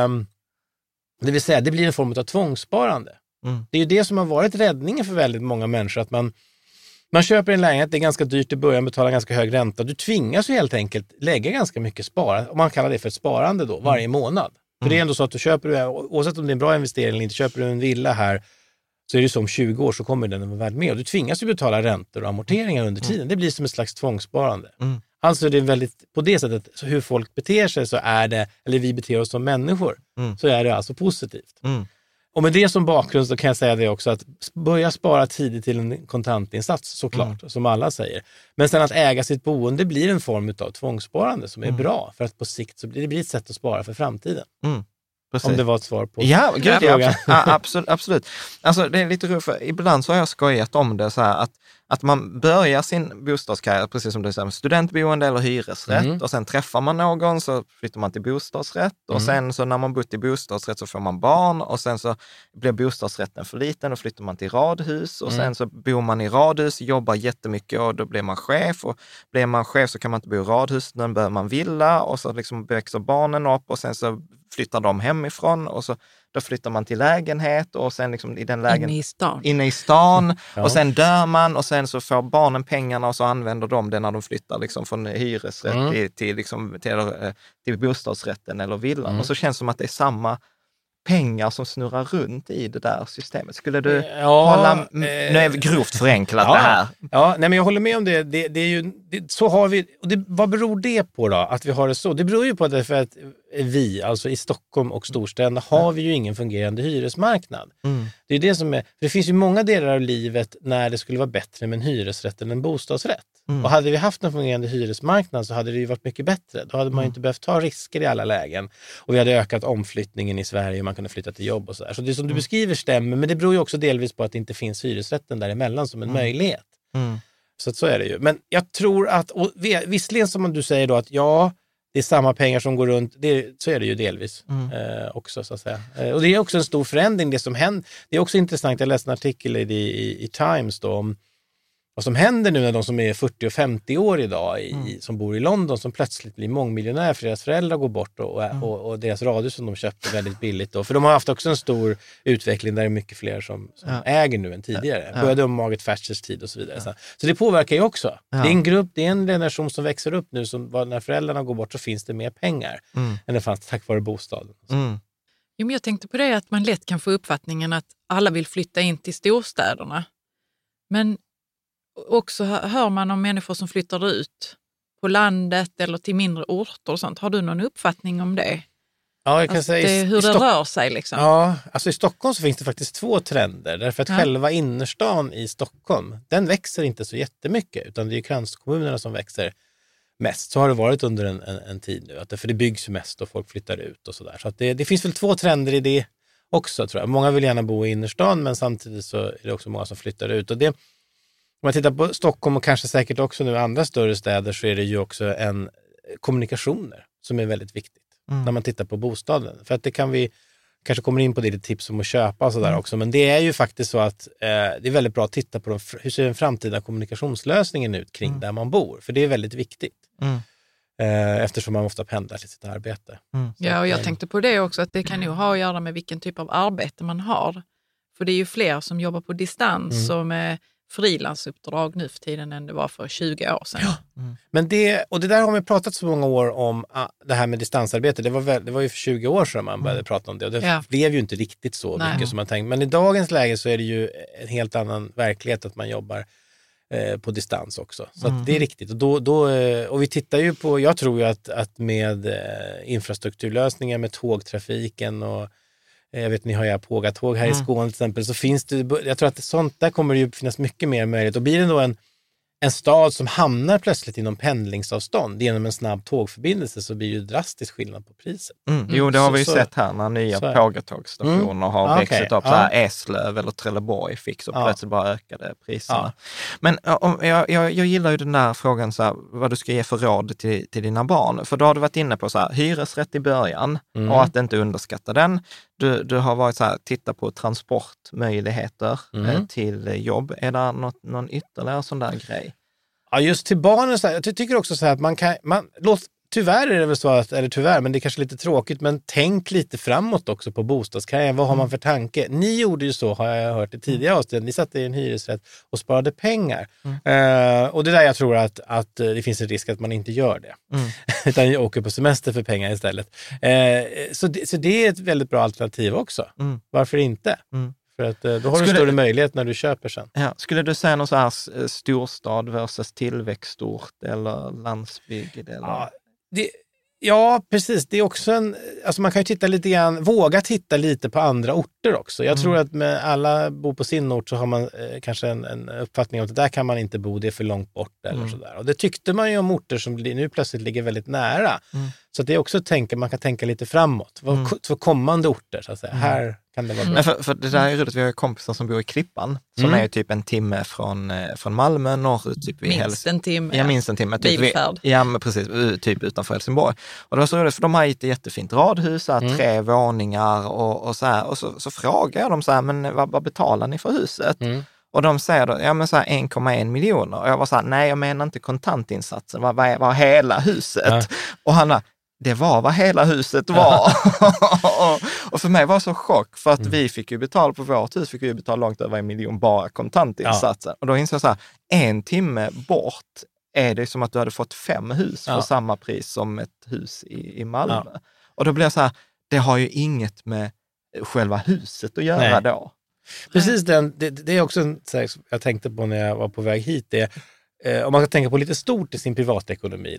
Speaker 6: det vill säga, det blir en form av tvångssparande. Det är ju det som har varit räddningen för väldigt många människor, att man köper en lägenhet, det är ganska dyrt i början, betalar ganska hög ränta. Du tvingas ju helt enkelt lägga ganska mycket spara, om man kallar det för ett sparande då, varje månad. För det är ändå så att du köper, oavsett om det är en bra investering eller inte, köper du en villa här så är det så om 20 år så kommer den att vara värd mer. Och du tvingas ju betala räntor och amorteringar under tiden. Det blir som ett slags tvångssparande. Alltså det är väldigt, på det sättet, så hur folk beter sig så är det, eller vi beter oss som människor, så är det alltså positivt. Och med det som bakgrund så kan jag säga det också, att börja spara tidigt till en kontantinsats såklart, som alla säger. Men sen att äga sitt boende blir en form av tvångssparande som är bra, för att på sikt så blir det ett sätt att spara för framtiden. Precis. Om det var ett svar på
Speaker 5: frågan. Ja, absolut. Alltså det är lite roligt, för ibland så har jag skojat om det så här att man börjar sin bostadskarriär, precis som du säger, med studentboende eller hyresrätt, och sen träffar man någon så flyttar man till bostadsrätt, och sen så när man bott i bostadsrätt så får man barn, och sen så blir bostadsrätten för liten och flyttar man till radhus, och sen så bor man i radhus, jobbar jättemycket och då blir man chef, och blir man chef så kan man inte bo i radhus, då behöver man villa, och så liksom växer barnen upp, och sen så flyttar de hemifrån, och så då flyttar man till lägenhet, och sen liksom i den lägenheten inne i stan och sen dör man, och sen så får barnen pengarna och så använder de det när de flyttar liksom från hyresrätt till bostadsrätten eller villan. Och så känns det som att det är samma pengar som snurrar runt i det där systemet. Skulle du hålla... Nu är vi grovt förenklat det här.
Speaker 6: Ja, nej, men jag håller med om det. Det är ju, så har vi... Och vad beror det på då, att vi har det så? Det beror ju på att, för att vi, alltså i Stockholm och storstäderna, har vi ju ingen fungerande hyresmarknad. Det är det som är... För det finns ju många delar av livet när det skulle vara bättre med en hyresrätt än en bostadsrätt. Och hade vi haft en fungerande hyresmarknad så hade det ju varit mycket bättre. Då hade man ju inte behövt ta risker i alla lägen. Och vi hade ökat omflyttningen i Sverige, man kunde flytta till jobb och sådär. Så det som du beskriver stämmer, men det beror ju också delvis på att det inte finns hyresrätten däremellan som en möjlighet. Så att så är det ju. Men jag tror att, och visserligen som du säger då, att det är samma pengar som går runt, så är det ju delvis också så att säga. Och det är också en stor förändring det som händer. Det är också intressant, jag läste en artikel i Times då om vad som händer nu när de som är 40 och 50 år idag som bor i London, som plötsligt blir mångmiljonärer för deras föräldrar går bort och deras radhus som de köpte väldigt billigt då. För de har haft också en stor utveckling där det är mycket fler som äger nu än tidigare. Började om Margaret Thatchers tid och så vidare. Så det påverkar ju också. Det är en grupp, det är en generation som växer upp nu som när föräldrarna går bort så finns det mer pengar än det fanns tack vare bostaden.
Speaker 7: Jo, men jag tänkte på det att man lätt kan få uppfattningen att alla vill flytta in till storstäderna. Men också hör man om människor som flyttar ut på landet eller till mindre orter och sånt. Har du någon uppfattning om det?
Speaker 6: Ja, jag kan säga
Speaker 7: hur det rör sig liksom.
Speaker 6: Ja, alltså i Stockholm så finns det faktiskt 2 trender. Därför att själva innerstan i Stockholm, den växer inte så jättemycket. Utan det är ju kranskommunerna som växer mest. Så har det varit under en tid nu. För det byggs ju mest och folk flyttar ut och sådär. Så att det finns väl 2 trender i det också, tror jag. Många vill gärna bo i innerstan, men samtidigt så är det också många som flyttar ut. Och det... Om man tittar på Stockholm och kanske säkert också nu andra större städer, så är det ju också en kommunikationer som är väldigt viktigt när man tittar på bostaden. För att det kan vi kanske kommer in på det tips om att köpa och sådär också. Men det är ju faktiskt så att det är väldigt bra att titta på hur ser den framtida kommunikationslösningen ut kring där man bor. För det är väldigt viktigt. Eftersom man ofta pendlar till sitt arbete.
Speaker 7: Ja, och jag tänkte på det också, att det kan ju ha att göra med vilken typ av arbete man har. För det är ju fler som jobbar på distans och med frilansuppdrag nu för tiden än det var för 20 år sedan.
Speaker 6: Ja. Men det där har vi pratat så många år om, det här med distansarbete. Det var ju för 20 år sedan man började prata om det. Och det blev ju inte riktigt så mycket som man tänkte. Men i dagens läge så är det ju en helt annan verklighet att man jobbar på distans också. Så att det är riktigt. Och vi tittar ju på, jag tror ju att med infrastrukturlösningar med tågtrafiken och jag vet, ni har ju Pågatåg här i Skåne till exempel, så finns det, jag tror att sånt där kommer det ju finnas mycket mer möjlighet. Och blir det då en stad som hamnar plötsligt inom pendlingsavstånd genom en snabb tågförbindelse, så blir det ju drastiskt skillnad på priset.
Speaker 5: Jo, det har vi ju sett här när nya Pågatågsstationer har växt upp. Så här Eslöv eller Trelleborg fick så plötsligt bara ökade priserna. Men jag gillar ju den där frågan så här, vad du ska ge för råd till dina barn. För då har du varit inne på så här, hyresrätt i början och att inte underskatta den. Du har varit så här, titta på transportmöjligheter till jobb. Är det någon ytterligare sån där grej?
Speaker 6: Ja, just till barnen, så här, jag tycker också så här att tyvärr är det väl så att, eller tyvärr, men det är kanske lite tråkigt, men tänk lite framåt också på bostadskarriären. Vad har man för tanke? Ni gjorde ju så, har jag hört i tidigare avsnitt. Ni satte i en hyresrätt och sparade pengar. Och det där jag tror att det finns en risk att man inte gör det. Utan jag åker på semester för pengar istället. Så det är ett väldigt bra alternativ också. Varför inte? För att då har du större möjlighet när du köper sen.
Speaker 5: Ja. Skulle du säga någon så här storstad versus tillväxtort eller landsbygd? Eller?
Speaker 6: Ja, precis. Det är också alltså man kan ju titta lite grann, våga titta lite på andra orter också. Jag tror att med alla bor på sin ort så har man kanske en uppfattning om att där kan man inte bo, det är för långt bort eller sådär. Och det tyckte man ju om orter som nu plötsligt ligger väldigt nära. Så det är också man kan tänka lite framåt. För kommande orter så att säga. Här kan det vara bra.
Speaker 5: Men för det där är roligt, vi har kompisar som bor i Klippan som är typ en timme från Malmö norrut. Typ
Speaker 7: minst en timme.
Speaker 5: Ja, minst en timme. Typ
Speaker 7: bilfärd.
Speaker 5: Ja, men precis. Typ utanför Helsingborg. Och det var så roligt, för de har ett jättefint radhus, 3 våningar och så här. Och så frågar jag dem så här, men vad betalar ni för huset? Och de säger då, ja men så här 1,1 miljoner. Och jag var så här, nej jag menar inte kontantinsatsen, vad hela huset? Ja. Och han bara, det var vad hela huset var. Och för mig var det så chock, för att vi fick ju betala på vårt hus, fick ju betala långt över 1 miljon bara kontantinsatsen. Ja. Och då insåg jag så här, 1 timme bort är det som att du hade fått 5 hus för samma pris som ett hus i Malmö. Ja. Och då blir jag så här, det har ju inget med själva huset att göra då.
Speaker 6: Precis, det är också en sak jag tänkte på när jag var på väg hit. Om man ska tänka på lite stort i sin privatekonomi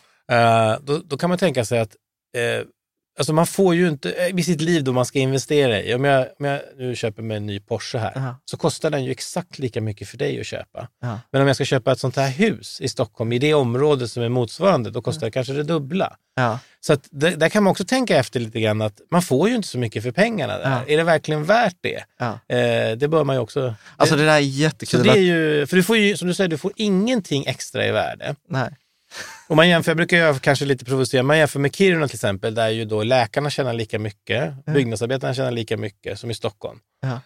Speaker 6: då kan man tänka sig att alltså man får ju inte i sitt liv då man ska investera i. Om jag nu köper mig en ny Porsche här så kostar den ju exakt lika mycket för dig att köpa. Men om jag ska köpa ett sånt här hus i Stockholm i det område som är motsvarande, då kostar det kanske det dubbla. Så att där kan man också tänka efter lite grann att man får ju inte så mycket för pengarna där. Är det verkligen värt det? Det bör man ju också.
Speaker 5: Alltså det där är jättekul.
Speaker 6: Så det är ju, för du får ju, som du säger, du får ingenting extra i värde.
Speaker 5: Nej.
Speaker 6: Och man jämför, jag brukar göra kanske lite provocerande, man jämför med Kiruna till exempel, där ju då läkarna tjänar lika mycket, byggnadsarbetarna tjänar lika mycket som i Stockholm.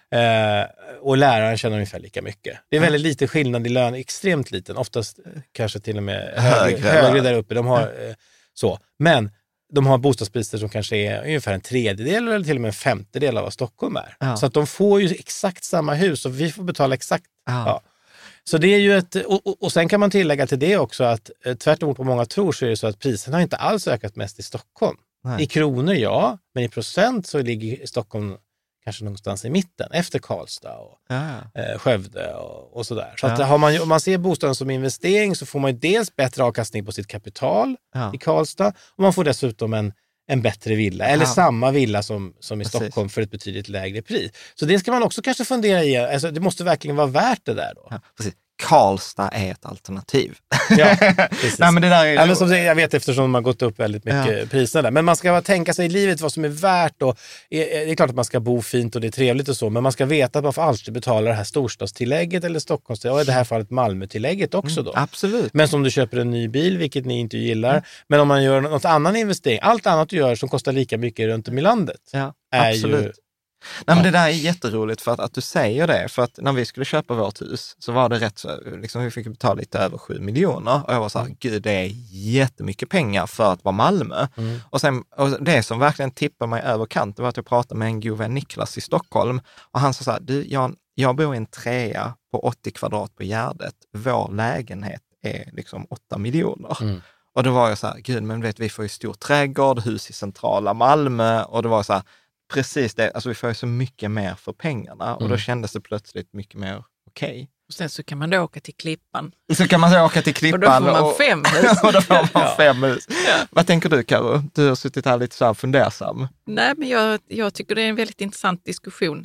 Speaker 6: Och läraren tjänar ungefär lika mycket. Det är väldigt lite skillnad i lön, extremt liten, oftast kanske till och med högre där uppe. De har så, men de har bostadspriser som kanske är ungefär 1/3 eller till och med 1/5 av vad Stockholm är. Så att de får ju exakt samma hus och vi får betala exakt. Så det är ju och sen kan man tillägga till det också att tvärt emot vad många tror så är det så att priserna har inte alls ökat mest i Stockholm. I kronor men i procent så ligger Stockholm kanske någonstans i mitten efter Karlstad och Skövde och sådär. Så att om man ser bostaden som investering så får man ju dels bättre avkastning på sitt kapital i Karlstad och man får dessutom en bättre villa eller samma villa som i Stockholm för ett betydligt lägre pris. Så det ska man också kanske fundera i. Alltså, det måste verkligen vara värt det där då.
Speaker 5: Ja, precis. Karlstad är ett alternativ.
Speaker 6: Ja, precis.
Speaker 5: Nej, men det där är
Speaker 6: men som jag vet eftersom de har gått upp väldigt mycket priserna där. Men man ska tänka sig i livet vad som är värt. Och det är klart att man ska bo fint och det är trevligt och så. Men man ska veta att man får alltid betala det här storstadstillägget eller Stockholmstillägget. Och i det här fallet Malmötillägget också då.
Speaker 5: Absolut.
Speaker 6: Men som du köper en ny bil, vilket ni inte gillar. Men om man gör något annan investering, allt annat du gör som kostar lika mycket runt om i landet.
Speaker 5: Ja,
Speaker 6: är
Speaker 5: absolut.
Speaker 6: Ju...
Speaker 5: Nej, men det där är jätteroligt för att du säger det. För att när vi skulle köpa vårt hus så var det rätt så, liksom, vi fick betala lite över 7 miljoner. Och jag var så här, gud det är jättemycket pengar för att vara Malmö. Och det som verkligen tippade mig över kanten var att jag pratade med en god vän, Niklas, i Stockholm. Och han sa så här, du, jag bor i en 3 på 80 kvadrat på Gärdet. Vår lägenhet är liksom 8 miljoner. Och då var jag så här, gud men vet vi får ju stor trädgård, hus i centrala Malmö. Och det var så här, precis det, alltså vi får ju så mycket mer för pengarna och då kändes det plötsligt mycket mer okej.
Speaker 7: Och sen så kan man då åka till Klippan.
Speaker 5: Så kan man åka till Klippan.
Speaker 7: Och då får man 5 hus.
Speaker 5: Och då får man 5 hus. Ja. Vad tänker du, Karo? Du har suttit här lite så här fundersam.
Speaker 7: Nej, men jag tycker det är en väldigt intressant diskussion.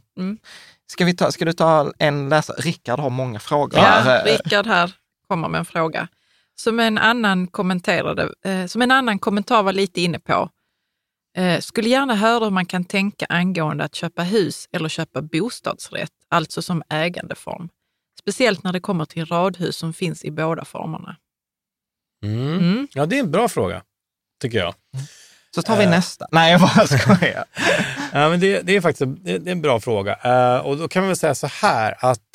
Speaker 5: Ska du ta en läsare? Rickard har många frågor.
Speaker 7: Ja, Rickard här kommer med en fråga. Som en annan kommentar var lite inne på. Skulle gärna höra hur man kan tänka angående att köpa hus eller köpa bostadsrätt, alltså som ägandeform. Speciellt när det kommer till radhus som finns i båda formerna.
Speaker 6: Ja, det är en bra fråga, tycker jag.
Speaker 5: Så tar vi nästa. Nej, jag bara skojar.
Speaker 6: Ja, men det är faktiskt det är en bra fråga. Och då kan man väl säga så här att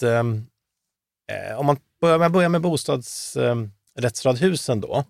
Speaker 6: om man börjar med bostadsrättsradhusen då,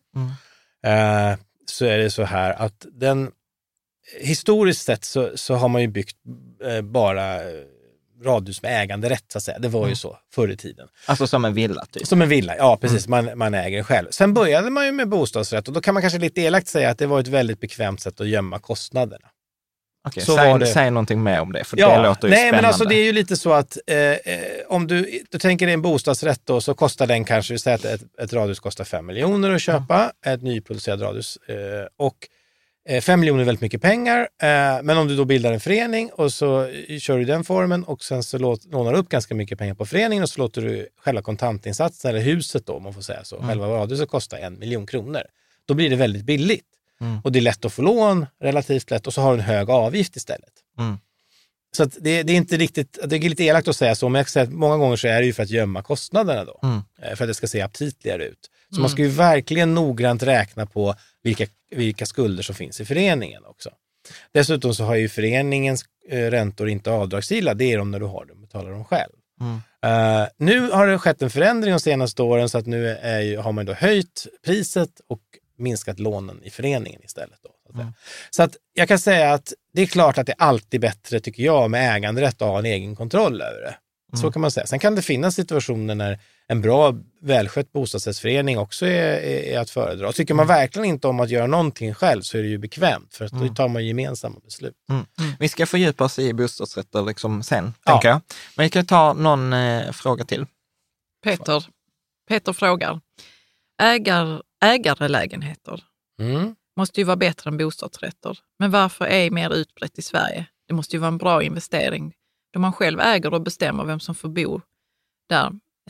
Speaker 6: så är det så här att historiskt sett så har man ju byggt bara radhus med äganderätt så att säga. Det var ju så förr i tiden.
Speaker 5: Alltså som en villa typ.
Speaker 6: Som en villa, ja precis. Man äger själv. Sen började man ju med bostadsrätt och då kan man kanske lite elakt säga att det var ett väldigt bekvämt sätt att gömma kostnaderna.
Speaker 5: Okej,
Speaker 6: Så
Speaker 5: säg någonting mer om det, för det låter ju spännande.
Speaker 6: Men alltså det är ju lite så att om du tänker dig en bostadsrätt då, så kostar den kanske, säg att ett radhus kostar 5 miljoner att köpa, ett nyproducerat radhus. Och 5 miljoner är väldigt mycket pengar, men om du då bildar en förening och så kör du den formen och sen så lånar du upp ganska mycket pengar på föreningen och så låter du själva kontantinsatsen, eller huset då, om man får säga så, själva radhuset kostar 1 miljon kronor. Då blir det väldigt billigt. Och det är lätt att få lån, relativt lätt, och så har du en hög avgift istället. Så att det är inte riktigt, det är lite elakt att säga så, men jag kan säga att många gånger så är det ju för att gömma kostnaderna då. För att det ska se aptitligare ut. Så man ska ju verkligen noggrant räkna på vilka skulder som finns i föreningen också. Dessutom så har ju föreningens räntor inte avdragsgilla, det är de när du har dem, betalar dem själv. Nu har det skett en förändring de senaste åren, så att nu har man då höjt priset och minskat lånen i föreningen istället då. Så att jag kan säga att det är klart att det är alltid bättre, tycker jag, med äganderätt att ha en egen kontroll över det. Så kan man säga. Sen kan det finnas situationer när en bra, välskött bostadsrättsförening också är att föredra. Och tycker man verkligen inte om att göra någonting själv, så är det ju bekvämt, för att då tar man gemensamma beslut.
Speaker 5: Vi ska fördjupa oss i bostadsrätter liksom sen, tänker jag. Men vi kan ta någon fråga till.
Speaker 7: Peter frågar. Ägarlägenheter måste ju vara bättre än bostadsrätter. Men varför är mer utbrett i Sverige? Det måste ju vara en bra investering då man själv äger och bestämmer vem som får bo där.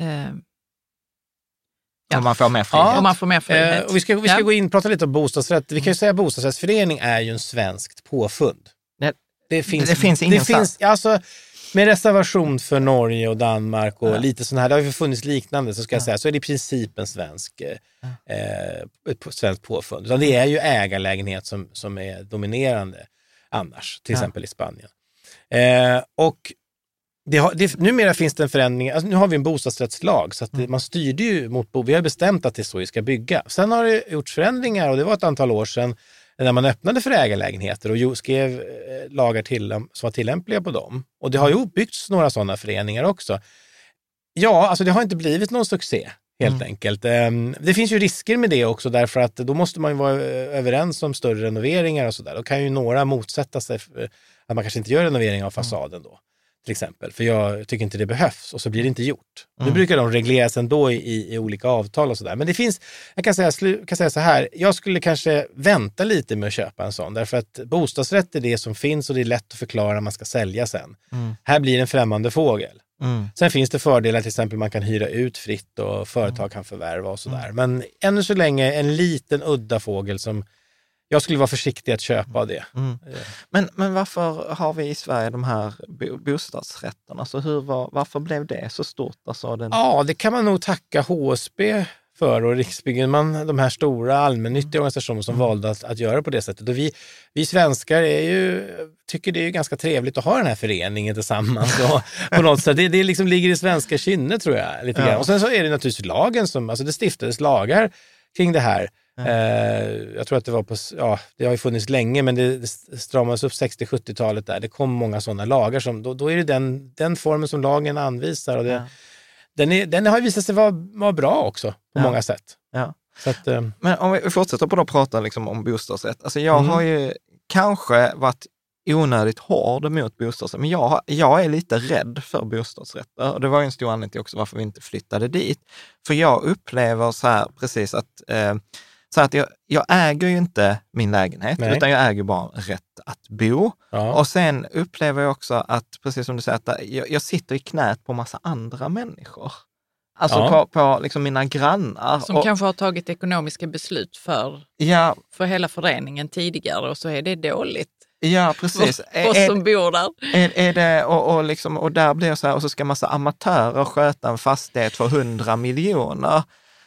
Speaker 5: Om man får mer frihet.
Speaker 7: Om man får mer frihet.
Speaker 6: Och vi ska gå in och prata lite om bostadsrätt. Vi kan ju säga att bostadsrättsförening är ju en svenskt påfund. Det finns ingenstans. Alltså, med reservation för Norge och Danmark och lite sån här, det har ju funnits liknande, så ska jag säga, så är det i princip en svensk påfund. Utan det är ju ägarlägenhet som är dominerande annars, till exempel i Spanien. Och numera finns det en förändring, alltså nu har vi en bostadsrättslag, så att man styrde ju mot vi har bestämt att det är så vi ska bygga. Sen har det gjorts förändringar, och det var ett antal år sedan när man öppnade för ägarlägenheter och skrev lagar som var tillämpliga på dem. Och det har ju byggts några sådana föreningar också. Ja, alltså det har inte blivit någon succé, helt enkelt. Det finns ju risker med det också, därför att då måste man ju vara överens om större renoveringar och sådär. Då kan ju några motsätta sig att man kanske inte gör renovering av fasaden då, till exempel. För jag tycker inte det behövs, och så blir det inte gjort. Nu brukar de regleras ändå i olika avtal och sådär. Men det finns, jag kan säga så här, jag skulle kanske vänta lite med att köpa en sån. Därför att bostadsrätt är det som finns, och det är lätt att förklara när man ska sälja sen. Här blir det en främmande fågel. Sen finns det fördelar, till exempel man kan hyra ut fritt och företag kan förvärva och sådär. Men ännu så länge en liten udda fågel som jag skulle vara försiktig att köpa det.
Speaker 5: Men varför har vi i Sverige de här bostadsrätterna? Alltså varför blev det så stort? Alltså
Speaker 6: Ja, det kan man nog tacka HSB för, och Riksbyggen, de här stora allmännyttiga organisationer som valde att göra på det sättet. Och vi svenskar tycker det är ganska trevligt att ha den här föreningen tillsammans. Och på något sätt, det liksom ligger i svenska kynne, tror jag, lite grann. Och sen så är det naturligtvis lagen alltså det stiftades lagar kring det här. Jag tror att det var det har ju funnits länge, men det stramades upp 60-70-talet där. Det kom många sådana lagar som då är det den formen som lagen anvisar, och den har ju visat sig vara bra också på många sätt. Så att,
Speaker 5: men om vi fortsätter på att prata liksom om bostadsrätt. Alltså jag har ju kanske varit onödigt hård mot bostadsrätt, men jag är lite rädd för bostadsrätter, och det var ju en stor anledning till också varför vi inte flyttade dit. För jag upplever så här precis att jag äger ju inte min lägenhet, utan jag äger bara rätt att bo. Och sen upplever jag också att, precis som du säger, att jag sitter i knät på massa andra människor. Alltså på liksom mina grannar.
Speaker 7: Som kanske har tagit ekonomiska beslut för hela föreningen tidigare, och så är det dåligt.
Speaker 5: Ja, precis.
Speaker 7: Oss som bor där.
Speaker 5: Är det, och där blir det så här, och så ska massa amatörer sköta en fastighet för 100 miljoner.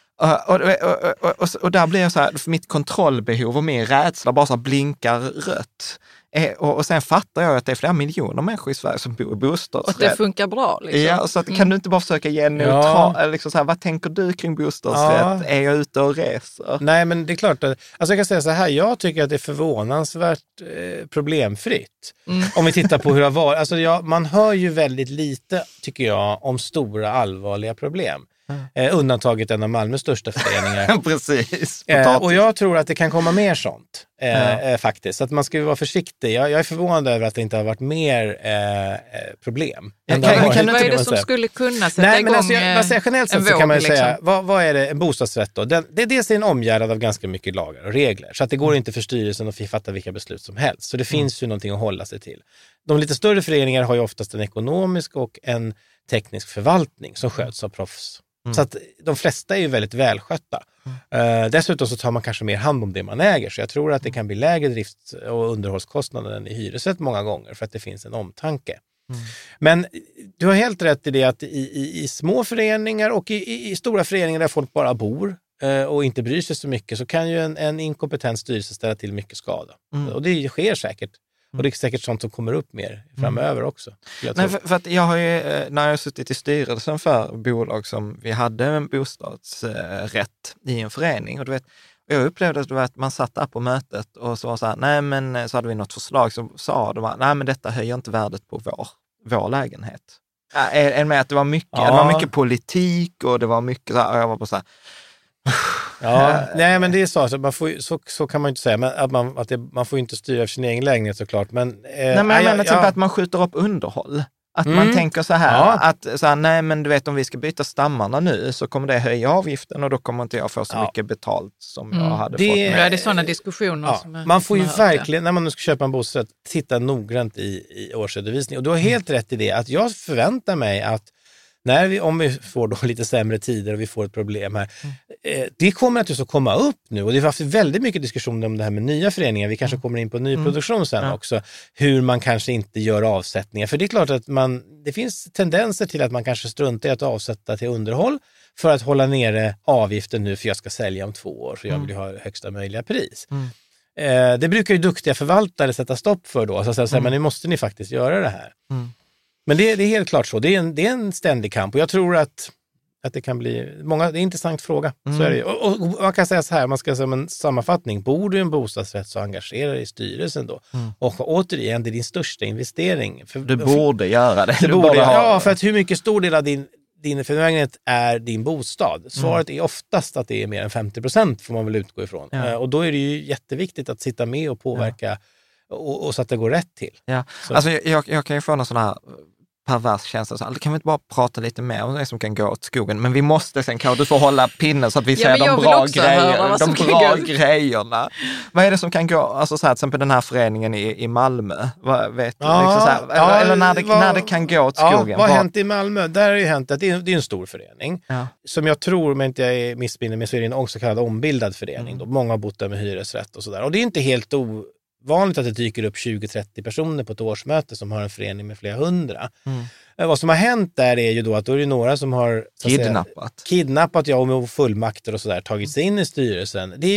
Speaker 5: Och där blir jag så här, för mitt kontrollbehov och min rädsla bara så blinkar rött. Och sen fattar jag att det är flera miljoner människor i Sverige som bor i bostadsrätt.
Speaker 7: Och det funkar bra. Liksom.
Speaker 5: Ja, så att, kan du inte bara försöka ge liksom så här, vad tänker du kring bostadsrätt? Är jag ute och reser?
Speaker 6: Nej, men det är klart att, alltså jag kan säga så här, jag tycker att det är förvånansvärt problemfritt. Om vi tittar på hur det har varit. Alltså man hör ju väldigt lite, tycker jag, om stora allvarliga problem. Undantaget en av Malmös största föreningar.
Speaker 5: Precis.
Speaker 6: Och jag tror att det kan komma mer sånt faktiskt. Så att man ska vara försiktig. Jag är förvånad över att det inte har varit mer problem.
Speaker 7: Vad är det som skulle kunna sätta igång
Speaker 6: generellt sett så kan man säga, vad är det en bostadsrätt då? Det är dels en omgärdad av ganska mycket lagar och regler. Så att det går inte för styrelsen att fatta vilka beslut som helst. Så det finns ju någonting att hålla sig till. De lite större föreningar har ju oftast en ekonomisk och en teknisk förvaltning som sköts av proffs. Så att de flesta är ju väldigt välskötta. Dessutom så tar man kanske mer hand om det man äger. Så jag tror att det kan bli lägre drift- och underhållskostnader än i hyresrätt många gånger för att det finns en omtanke. Men du har helt rätt i det att i små föreningar och i stora föreningar där folk bara bor och inte bryr sig så mycket så kan ju en inkompetent styrelse ställa till mycket skada. Och det sker säkert. Och det är säkert sånt som kommer upp mer framöver också.
Speaker 5: Nej, för att jag har ju, när jag har suttit i styrelsen för bolag som vi hade en bostadsrätt i en förening. Och du vet, jag upplevde att man satt där på mötet och så var så här, nej men så hade vi något förslag som sa de, nej men detta höjer inte värdet på vår lägenhet. Med att det var mycket politik och det var mycket så här, och jag var bara så här,
Speaker 6: ja, nej men det är så man får, så kan man ju inte säga, men man får ju inte styra över sin egen lägenhet såklart, men
Speaker 5: nej men jag menar typ att man skjuter upp underhåll. Att man tänker så här, att så här, nej men du vet om vi ska byta stammarna nu så kommer det höja avgiften och då kommer inte jag få så mycket betalt som jag hade fått.
Speaker 7: Det är sådana diskussioner som
Speaker 6: man får ju verkligen, när man nu ska köpa en bostadsrätt, titta noggrant i årsredovisning. Och du har helt rätt i det, att jag förväntar mig att om vi får då lite sämre tider och vi får ett problem här, det kommer att komma upp nu. Och det har haft väldigt mycket diskussioner om det här med nya föreningar. Vi kanske kommer in på nyproduktion sen också. Hur man kanske inte gör avsättningar. För det är klart att det finns tendenser till att man kanske struntar i att avsätta till underhåll för att hålla nere avgiften nu för jag ska sälja om 2 år så jag vill ha högsta möjliga pris. Det brukar ju duktiga förvaltare sätta stopp för då. Så att säga, men nu måste ni faktiskt göra det här. Men det är helt klart så. Det är en ständig kamp. Och jag tror att det kan bli det är en intressant fråga. Så är det. Och man kan säga så här, man ska säga en sammanfattning. Bor du i en bostadsrätt så engagerar dig i styrelsen då. Och återigen, det är din största investering.
Speaker 5: Du borde göra det.
Speaker 6: För att hur mycket stor del av din förmögenhet är din bostad? Svaret är oftast att det är mer än 50% får man väl utgå ifrån. Och då är det ju jätteviktigt att sitta med och påverka och så att det går rätt till.
Speaker 5: Ja. Alltså jag kan ju få någon sån här pervers känsla. Så, kan vi inte bara prata lite mer om det som kan gå åt skogen? Men vi måste sen, du får hålla pinnen så att vi ser de bra grejerna. Vad är det som kan gå? Alltså så här, till exempel den här föreningen i Malmö. Vet du? Liksom så här, eller när det kan gå åt skogen.
Speaker 6: Vad har hänt i Malmö? Där har ju hänt att det är en stor förening. Som jag tror, om inte jag är missbinnen med, så är det en så kallad ombildad förening. Då. Många har bott där med hyresrätt och sådär. Och det är inte helt vanligt att det dyker upp 20-30 personer på ett årsmöte som har en förening med flera hundra. Vad som har hänt där är ju då att då är det några som har kidnappat och med fullmakter och sådär tagit sig in i styrelsen. Det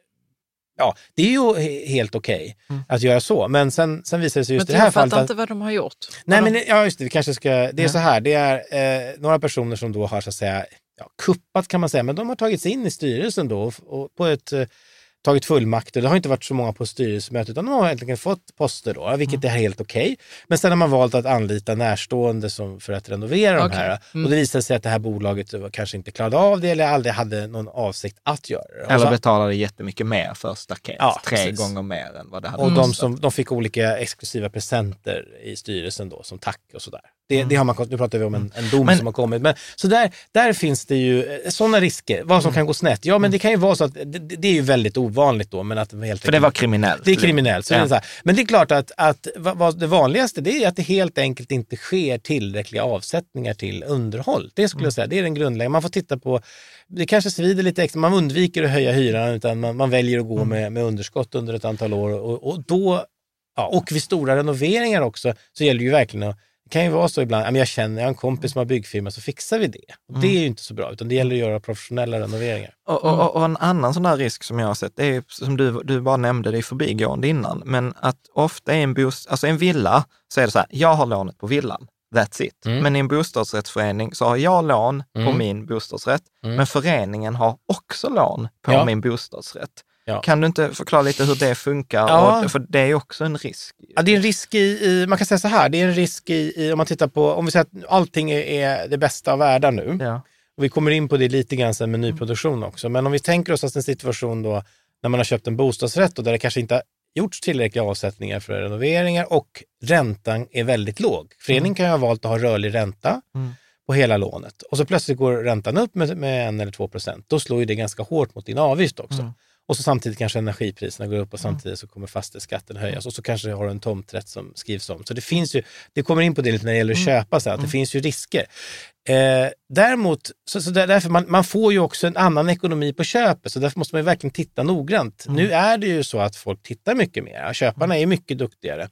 Speaker 6: är ju helt okej att göra så. Men sen visar det sig just i det här fallet.
Speaker 7: Men jag fattar inte vad de har gjort.
Speaker 6: Nej, men just det. Vi kanske ska. Det är så här. Det är några personer som då har så att säga kuppat kan man säga. Men de har tagit sig in i styrelsen då och på ett tagit fullmakter. Det har inte varit så många på styrelsemötet utan de har egentligen fått poster då, vilket är helt okej. Men sen har man valt att anlita närstående för att renovera de här. Och det visade sig att det här bolaget kanske inte klarade av det eller aldrig hade någon avsikt att göra det.
Speaker 5: Eller betalade jättemycket mer för staket. 3 gånger mer än vad det hade.
Speaker 6: Och de fick olika exklusiva presenter i styrelsen då som tack och sådär. Det har man, nu pratar vi om en dom som har kommit. Men, så där finns det ju sådana risker. Vad som kan gå snett. Ja, men det kan ju vara så att det är ju väldigt ovanligt då. Men att
Speaker 5: för det var kriminellt.
Speaker 6: Det är kriminellt. Så det är så här. Men det är klart att vad det vanligaste det är att det helt enkelt inte sker tillräckliga avsättningar till underhåll. Det skulle jag säga. Det är den grundläggande. Man får titta på, det kanske svider lite extra. Man undviker att höja hyran utan man väljer att gå med underskott under ett antal år. Och då, och vid stora renoveringar också så gäller det ju verkligen att det kan ju vara så ibland, jag har en kompis som har byggfirma så fixar vi det. Och det är ju inte så bra, utan det gäller att göra professionella renoveringar.
Speaker 5: Och en annan sån där risk som jag har sett, det är som du bara nämnde det i förbigående innan, men att ofta är en villa så är det så här, jag har lånet på villan, that's it. Men i en bostadsrättsförening så har jag lån på min bostadsrätt, men föreningen har också lån på min bostadsrätt. Ja. Kan du inte förklara lite hur det funkar? För det är också en risk.
Speaker 6: Ja, det är en risk i man kan säga så här, det är en risk i om man tittar på, om vi säger att allting är det bästa av världar nu. Ja. Och vi kommer in på det lite grann sen med nyproduktion också. Men om vi tänker oss att en situation då när man har köpt en bostadsrätt och där det kanske inte har gjorts tillräckliga avsättningar för renoveringar och räntan är väldigt låg. Föreningen kan ju ha valt att ha rörlig ränta på hela lånet. Och så plötsligt går räntan upp med 1 eller 2%. Då slår ju det ganska hårt mot din avgift också. Och så samtidigt kanske energipriserna går upp och samtidigt så kommer fastighetsskatten höjas. Och så kanske har du en tomträtt som skrivs om. Så det finns ju, det kommer in på det lite när det gäller att köpa så att det finns ju risker. Däremot, så därför man får ju också en annan ekonomi på köpet. Så därför måste man ju verkligen titta noggrant. Nu är det ju så att folk tittar mycket mer. Köparna är mycket duktigare.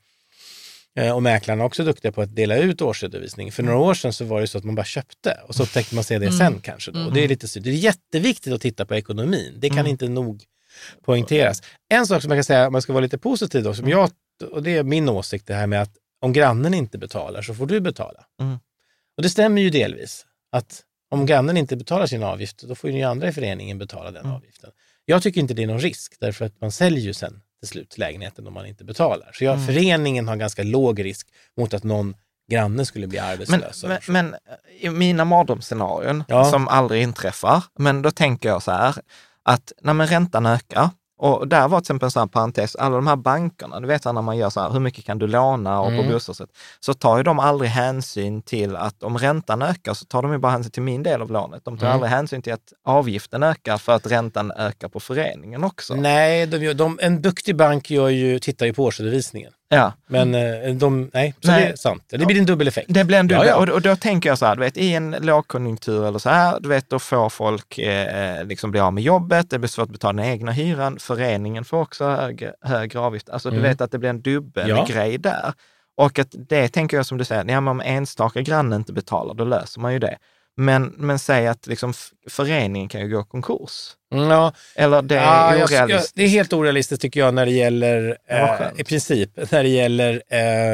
Speaker 6: Och mäklarna är också duktiga på att dela ut årsredovisning. För några år sedan så var det så att man bara köpte. Och så tänkte man se det sen kanske. Då. Och det är lite så. Det är jätteviktigt att titta på ekonomin. Det kan inte nog poängteras. En sak som jag kan säga, om man ska vara lite positiv då, som och det är min åsikt det här med att om grannen inte betalar så får du betala. Och det stämmer ju delvis. Att om grannen inte betalar sin avgift, då får ju ni andra i föreningen betala den avgiften. Jag tycker inte det är någon risk, därför att man säljer ju sen till slut lägenheten om man inte betalar. Så föreningen har ganska låg risk mot att någon granne skulle bli arbetslös.
Speaker 5: Men i mina mardrömsscenarion som aldrig inträffar, men då tänker jag så här, att när räntan ökar, och där var till exempel en sån här parentes, alla de här bankerna, du vet när man gör så här, hur mycket kan du låna och på bostadsrätt, så tar ju de aldrig hänsyn till att om räntan ökar så tar de ju bara hänsyn till min del av lånet. De tar aldrig hänsyn till att avgiften ökar för att räntan ökar på föreningen också.
Speaker 6: Nej, en duktig bank tittar ju på årsredovisningen.
Speaker 5: Ja.
Speaker 6: Men nej, så det är sant. Det blir en dubbel effekt.
Speaker 5: Det blir en dubbel. Ja. Och då tänker jag så här, du vet, i en lågkonjunktur eller så här, du vet, då får folk liksom bli av med jobbet, det blir svårt att betala den egna hyran, föreningen får också högre avgift. Alltså du vet att det blir en dubbel grej där. Och att det tänker jag som du säger, om enstaka grannen inte betalar, då löser man ju det. Men säg att liksom föreningen kan ju gå konkurs.
Speaker 6: Ja.
Speaker 5: Eller det är orealistiskt.
Speaker 6: Det är helt orealistiskt tycker jag när det gäller i princip när det gäller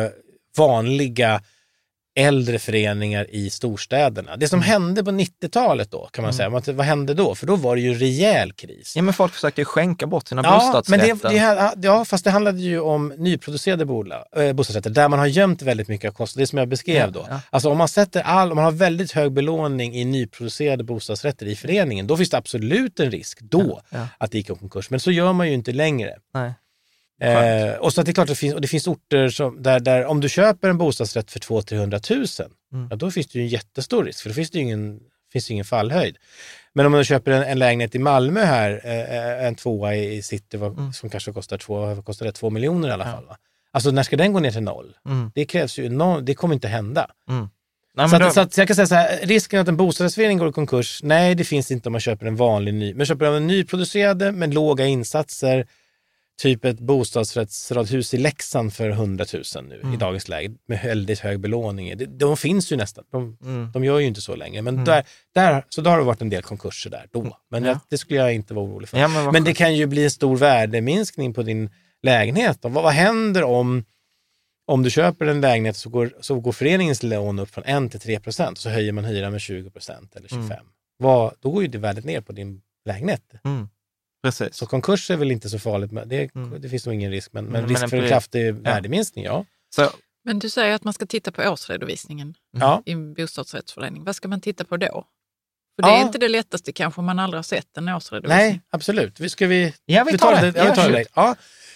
Speaker 6: vanliga äldre föreningar i storstäderna. Det som hände på 90-talet då kan man säga. Vad hände då? För då var det ju rejäl kris.
Speaker 5: Ja, men folk försökte ju skänka bort sina bostadsrätter.
Speaker 6: Men fast det handlade ju om nyproducerade bostadsrätter där man har gömt väldigt mycket av kostnader. Det som jag beskrev då. Ja. Alltså om man om man har väldigt hög belåning i nyproducerade bostadsrätter i föreningen, då finns det absolut en risk att det gick i konkurs. Men så gör man ju inte längre. Nej. Och så att det är klart att det finns orter som, där om du köper en bostadsrätt för 200-300 000 då finns det ju en jättestor risk, för då finns det ju ingen fallhöjd. Men om man köper en lägenhet i Malmö här, en tvåa i city som kanske kostar 2 miljoner i alla fall. Va? Alltså när ska den gå ner till 0? Det krävs ju det kommer inte hända. Nej, så jag kan säga så här, risken att en bostadsrättsförening går i konkurs, nej det finns inte om man köper en vanlig men köper en nyproducerade med låga insatser. Typ ett bostadsrättsradhus i Leksand för 100 000 nu i dagens läge med väldigt hög belåning. De finns ju nästan. De gör ju inte så länge. Men då har det varit en del konkurser där då. Men det skulle jag inte vara orolig för. Ja, men det kan ju bli en stor värdeminskning på din lägenhet. Vad händer om du köper en lägenhet så går föreningens lån upp från 1-3% och så höjer man hyran med 20% eller 25%. Då går ju det värdet ner på din lägenhet.
Speaker 5: Precis.
Speaker 6: Så konkurs är väl inte så farligt. Det finns nog ingen risk. Men risk för en kraftig värdeminskning, Så.
Speaker 7: Men du säger att man ska titta på årsredovisningen i en bostadsrättsförening. Vad ska man titta på då? För det är inte det lättaste kanske om man aldrig har sett en årsredovisning.
Speaker 6: Nej, absolut. Vi
Speaker 5: tar det.
Speaker 6: Ja.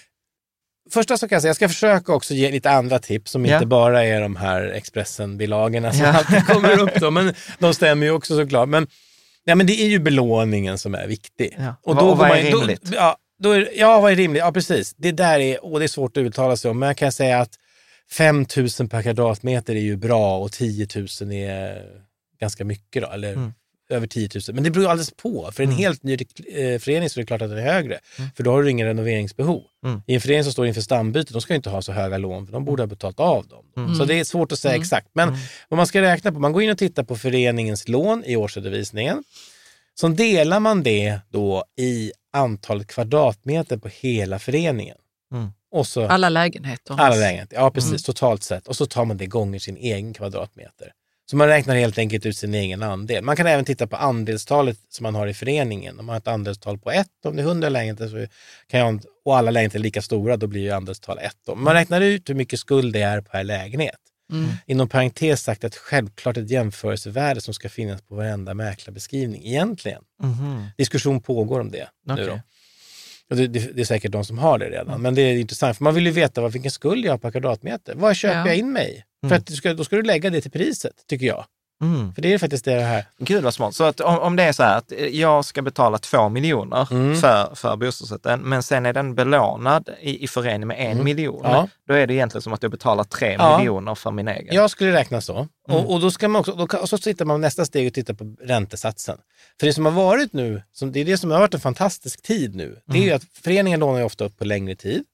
Speaker 6: Första så kan jag säga, jag ska försöka också ge lite andra tips som inte bara är de här Expressen-bilagorna som alltid kommer upp då. Men de stämmer ju också såklart. Men det är ju belåningen som är viktig.
Speaker 5: Ja. Och vad är rimligt?
Speaker 6: Vad är rimligt? Ja, precis. Det där det är svårt att uttala sig om. Men jag kan säga att 5 000 per kvadratmeter är ju bra och 10 000 är ganska mycket då. Eller över 10 000. Men det beror ju alldeles på. För en helt ny förening så är det klart att den är högre. För då har du ingen renoveringsbehov. I en förening som står inför stambyte, de ska ju inte ha så höga lån för de borde ha betalt av dem. Så det är svårt att säga exakt. Men vad man ska räkna på, man går in och tittar på föreningens lån i årsredovisningen. Så delar man det då i antal kvadratmeter på hela föreningen. Och så,
Speaker 7: alla lägenheter.
Speaker 6: Ja, precis. Totalt sett. Och så tar man det gånger sin egen kvadratmeter. Så man räknar helt enkelt ut sin egen andel. Man kan även titta på andelstalet som man har i föreningen. Om man har ett andelstal på 1, om det är 100 lägenheter och alla lägenheter är lika stora, då blir ju andelstal 1. Man räknar ut hur mycket skuld det är per lägenhet. Inom parentes sagt att självklart ett jämförelsevärde som ska finnas på varenda mäklarbeskrivning egentligen. Diskussion pågår om det nu då. Och det är säkert de som har det redan. Men det är intressant, för man vill ju veta vilken skuld jag har per kvadratmeter. Vad köper jag in mig? För att då ska du lägga det till priset, tycker jag. För det är faktiskt det här.
Speaker 5: Gud vad smart. Så att om det är så här att jag ska betala 2 miljoner för bostadsrätten, men sen är den belånad i förening med 1 miljon, då är det egentligen som att jag betalar 3 miljoner för min egen.
Speaker 6: Jag skulle räkna så. Och då ska man också, och så tittar man nästa steg och tittar på räntesatsen. För det som har varit nu, det är det som har varit en fantastisk tid nu, det är ju att föreningen lånar ju ofta upp på längre tid.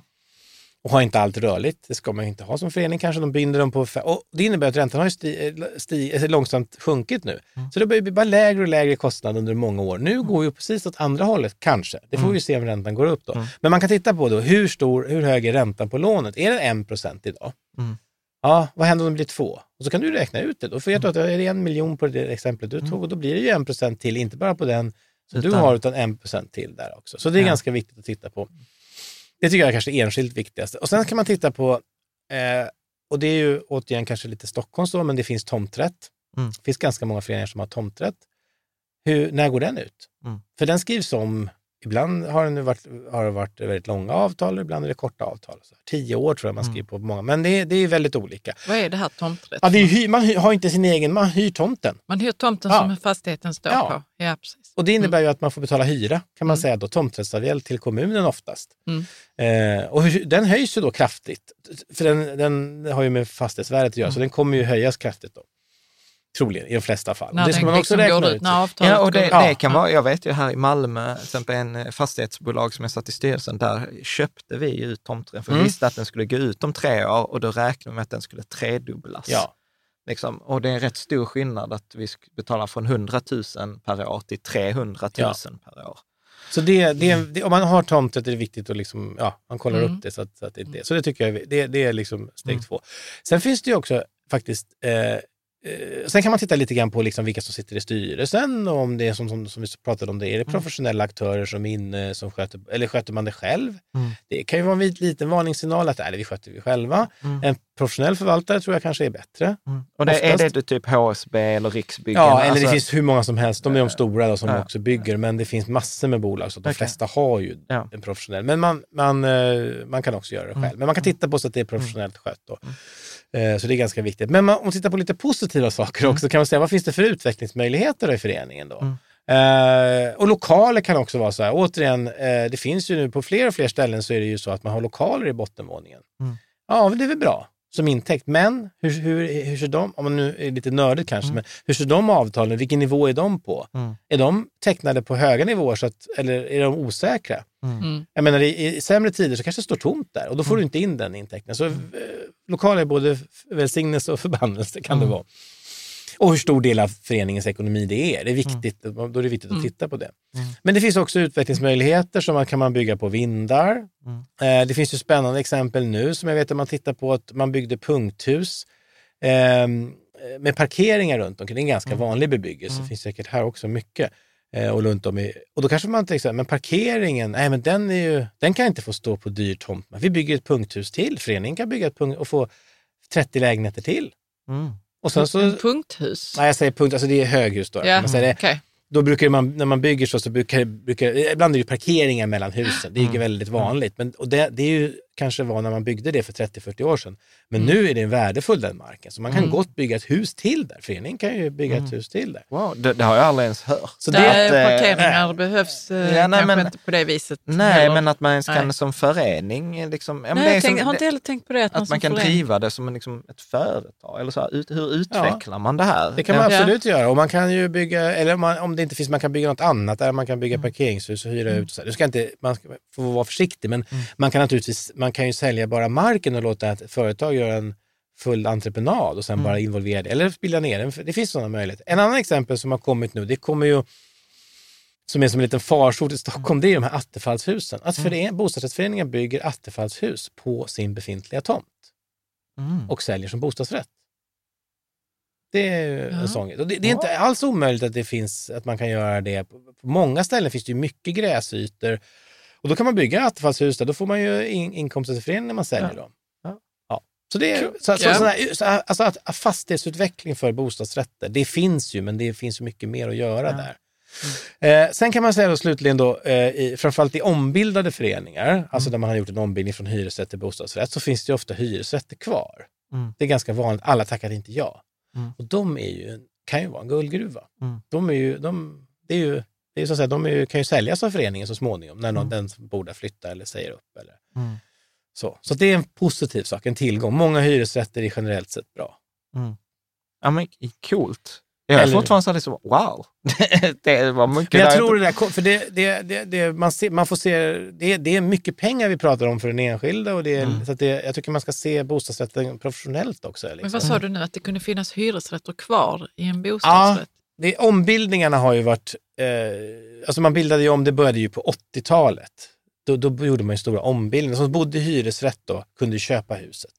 Speaker 6: Och har inte allt rörligt. Det ska man ju inte ha som förening. Kanske de binder dem på... Och det innebär att räntan har långsamt sjunkit nu. Så det blir bara lägre och lägre kostnad under många år. Nu går ju precis åt andra hållet, kanske. Det får vi se om räntan går upp då. Men man kan titta på då, hur hög är räntan på lånet? Är det 1% idag? Ja, vad händer om det blir 2? Och så kan du räkna ut det. Då får jag att det är 1 miljon på det exemplet du tog. Och då blir det ju 1% till, inte bara på den som du har, utan 1% till där också. Så det är ganska viktigt att titta på. Det tycker jag är kanske enskilt viktigaste. Och sen kan man titta på, och det är ju återigen kanske lite Stockholm så, men det finns tomträtt. Det finns ganska många föreningar som har tomträtt. När går den ut? För den skrivs om, ibland har det varit väldigt långa avtal, ibland är det korta avtal. Så 10 år tror jag man skriver på många, men det är väldigt olika.
Speaker 7: Vad är det här tomträtt?
Speaker 6: Ja, man har inte sin egen, man hyr tomten.
Speaker 7: Man hyr tomten som fastigheten står på. Ja, precis.
Speaker 6: Och det innebär ju att man får betala hyra, kan man säga då, tomträttsavgäld till kommunen oftast. Och den höjs ju då kraftigt, för den har ju med fastighetsvärdet att göra, så den kommer ju höjas kraftigt då. Troligen, i de flesta fall.
Speaker 7: När
Speaker 6: det ska man också
Speaker 7: liksom
Speaker 6: räkna ut.
Speaker 5: Ja, och det kan vara, jag vet ju här i Malmö, till exempel en fastighetsbolag som jag satt i styrelsen, där köpte vi ut tomträtten, för vi visste att den skulle gå ut om 3 år, och då räknade vi med att den skulle tredubblas. Ja. Liksom, och det är en rätt stor skillnad att vi betalar från 100 000 per år till 300 000 per år.
Speaker 6: Så om man har tomträtt är det viktigt att liksom, man kollar upp det så att det inte är. Så det tycker jag det är liksom steg 2. Sen finns det ju också faktiskt sen kan man titta lite grann på liksom vilka som sitter i styrelsen, och om det är som vi pratade om, är det professionella aktörer som är inne, som sköter man det själv? Det kan ju vara en liten varningssignal att vi sköter vi själva. En professionell förvaltare tror jag kanske är bättre.
Speaker 5: Och är det typ HSB eller Riksbyggen?
Speaker 6: Ja, eller det finns hur många som helst. De är de stora då, som också bygger, men det finns massor med bolag, så de flesta har ju en professionell. Men man kan också göra det själv. Men man kan titta på så att det är professionellt skött då. Så det är ganska viktigt. Men om man tittar på lite positiva saker också, kan man säga, vad finns det för utvecklingsmöjligheter då i föreningen då? Och lokaler kan också vara så här. Återigen, det finns ju nu på fler och fler ställen, så är det ju så att man har lokaler i bottenvåningen. Ja, det är väl bra som intäkt. Men hur ser de, om man nu är lite nördigt kanske, men hur ser de avtalen? Vilken nivå är de på? Är de tecknade på höga nivåer, eller är de osäkra? Jag menar, i sämre tider så kanske det står tomt där, och då får du inte in den intäkten. Så lokaler är både välsignelse och förbannelse, kan det vara. Och hur stor del av föreningens ekonomi det är. Det är viktigt, då är det viktigt att titta på det. Men det finns också utvecklingsmöjligheter som kan man bygga på vindar. Det finns ju spännande exempel nu som jag vet att man tittar på, att man byggde punkthus med parkeringar runt omkring. Det är en ganska vanlig bebyggelse. Det finns säkert här också mycket. Och runt om och då kanske man tänker, men parkeringen, men den kan inte få stå på dyr tomt. Vi bygger ett punkthus till. Föreningen kan bygga ett och få 30 lägenheter till. Och sen så,
Speaker 7: punkthus?
Speaker 6: Nej, jag säger punkt, alltså det är höghus då. Man säger det.
Speaker 7: Okay.
Speaker 6: Då brukar man, när man bygger så brukar ibland är det parkeringar mellan husen. Det är ju väldigt vanligt. Men, och det är ju kanske var när man byggde det för 30-40 år sedan. Men nu är det värdefull den marken. Så man kan gott bygga ett hus till där. Föreningen kan ju bygga ett hus till där.
Speaker 5: Wow, det har jag aldrig ens hört.
Speaker 7: Så parkeringar behövs kanske inte på det viset.
Speaker 5: Nej, men att man kan som förening liksom...
Speaker 7: Jag har inte heller tänkt på det.
Speaker 5: Att man kan driva det som liksom ett företag. Eller så här, hur utvecklar man det här?
Speaker 6: Det kan man absolut göra. Och man kan ju bygga, eller om det inte finns, man kan bygga något annat där man kan bygga parkeringshus och hyra ut. Och så. Man ska få vara försiktig, men man kan naturligtvis, man kan ju sälja bara marken och låta ett företag göra en full entreprenad och sen bara involvera det, eller bilda ner den. Det finns sådana möjligheter. En annan exempel som har kommit nu, det kommer ju som är som en liten farsort i Stockholm, det är de här attefallshusen. Att bostadsrättsföreningar bygger attefallshus på sin befintliga tomt och säljer som bostadsrätt. Det är en sån. Och det är inte alls omöjligt att det finns, att man kan göra det. På många ställen finns det ju mycket gräsytor. Och då kan man bygga attefallshus där. Då får man ju inkomster till föreningen när man säljer dem. Ja. Så det är alltså att fastighetsutveckling för bostadsrätter, det finns ju, men det finns ju mycket mer att göra där. Sen kan man säga då slutligen då, framförallt i ombildade föreningar, alltså där man har gjort en ombildning från hyresrätt till bostadsrätt, så finns det ju ofta hyresrätter kvar. Det är ganska vanligt, alla tackar inte ja. Och de kan ju vara en guldgruva. Det är ju så att säga, kan ju säljas av föreningen så småningom när den borde flytta eller säger upp. Eller. Så det är en positiv sak, en tillgång. Många hyresrätter är generellt sett bra.
Speaker 5: Ja, men coolt. Jag är fortfarande så här liksom, wow. Det var mycket.
Speaker 6: Men jag tror det där, för man får se, det är mycket pengar vi pratar om för den enskilda, och så att jag tycker man ska se bostadsrätten professionellt också. Liksom.
Speaker 7: Men vad sa du nu, att det kunde finnas hyresrätter kvar i en bostadsrätt?
Speaker 6: Ja, ombildningarna har ju varit, alltså man bildade ju om, det började ju på 80-talet. Då gjorde man ju stora ombildningar. Som bodde i hyresrätt då kunde köpa huset.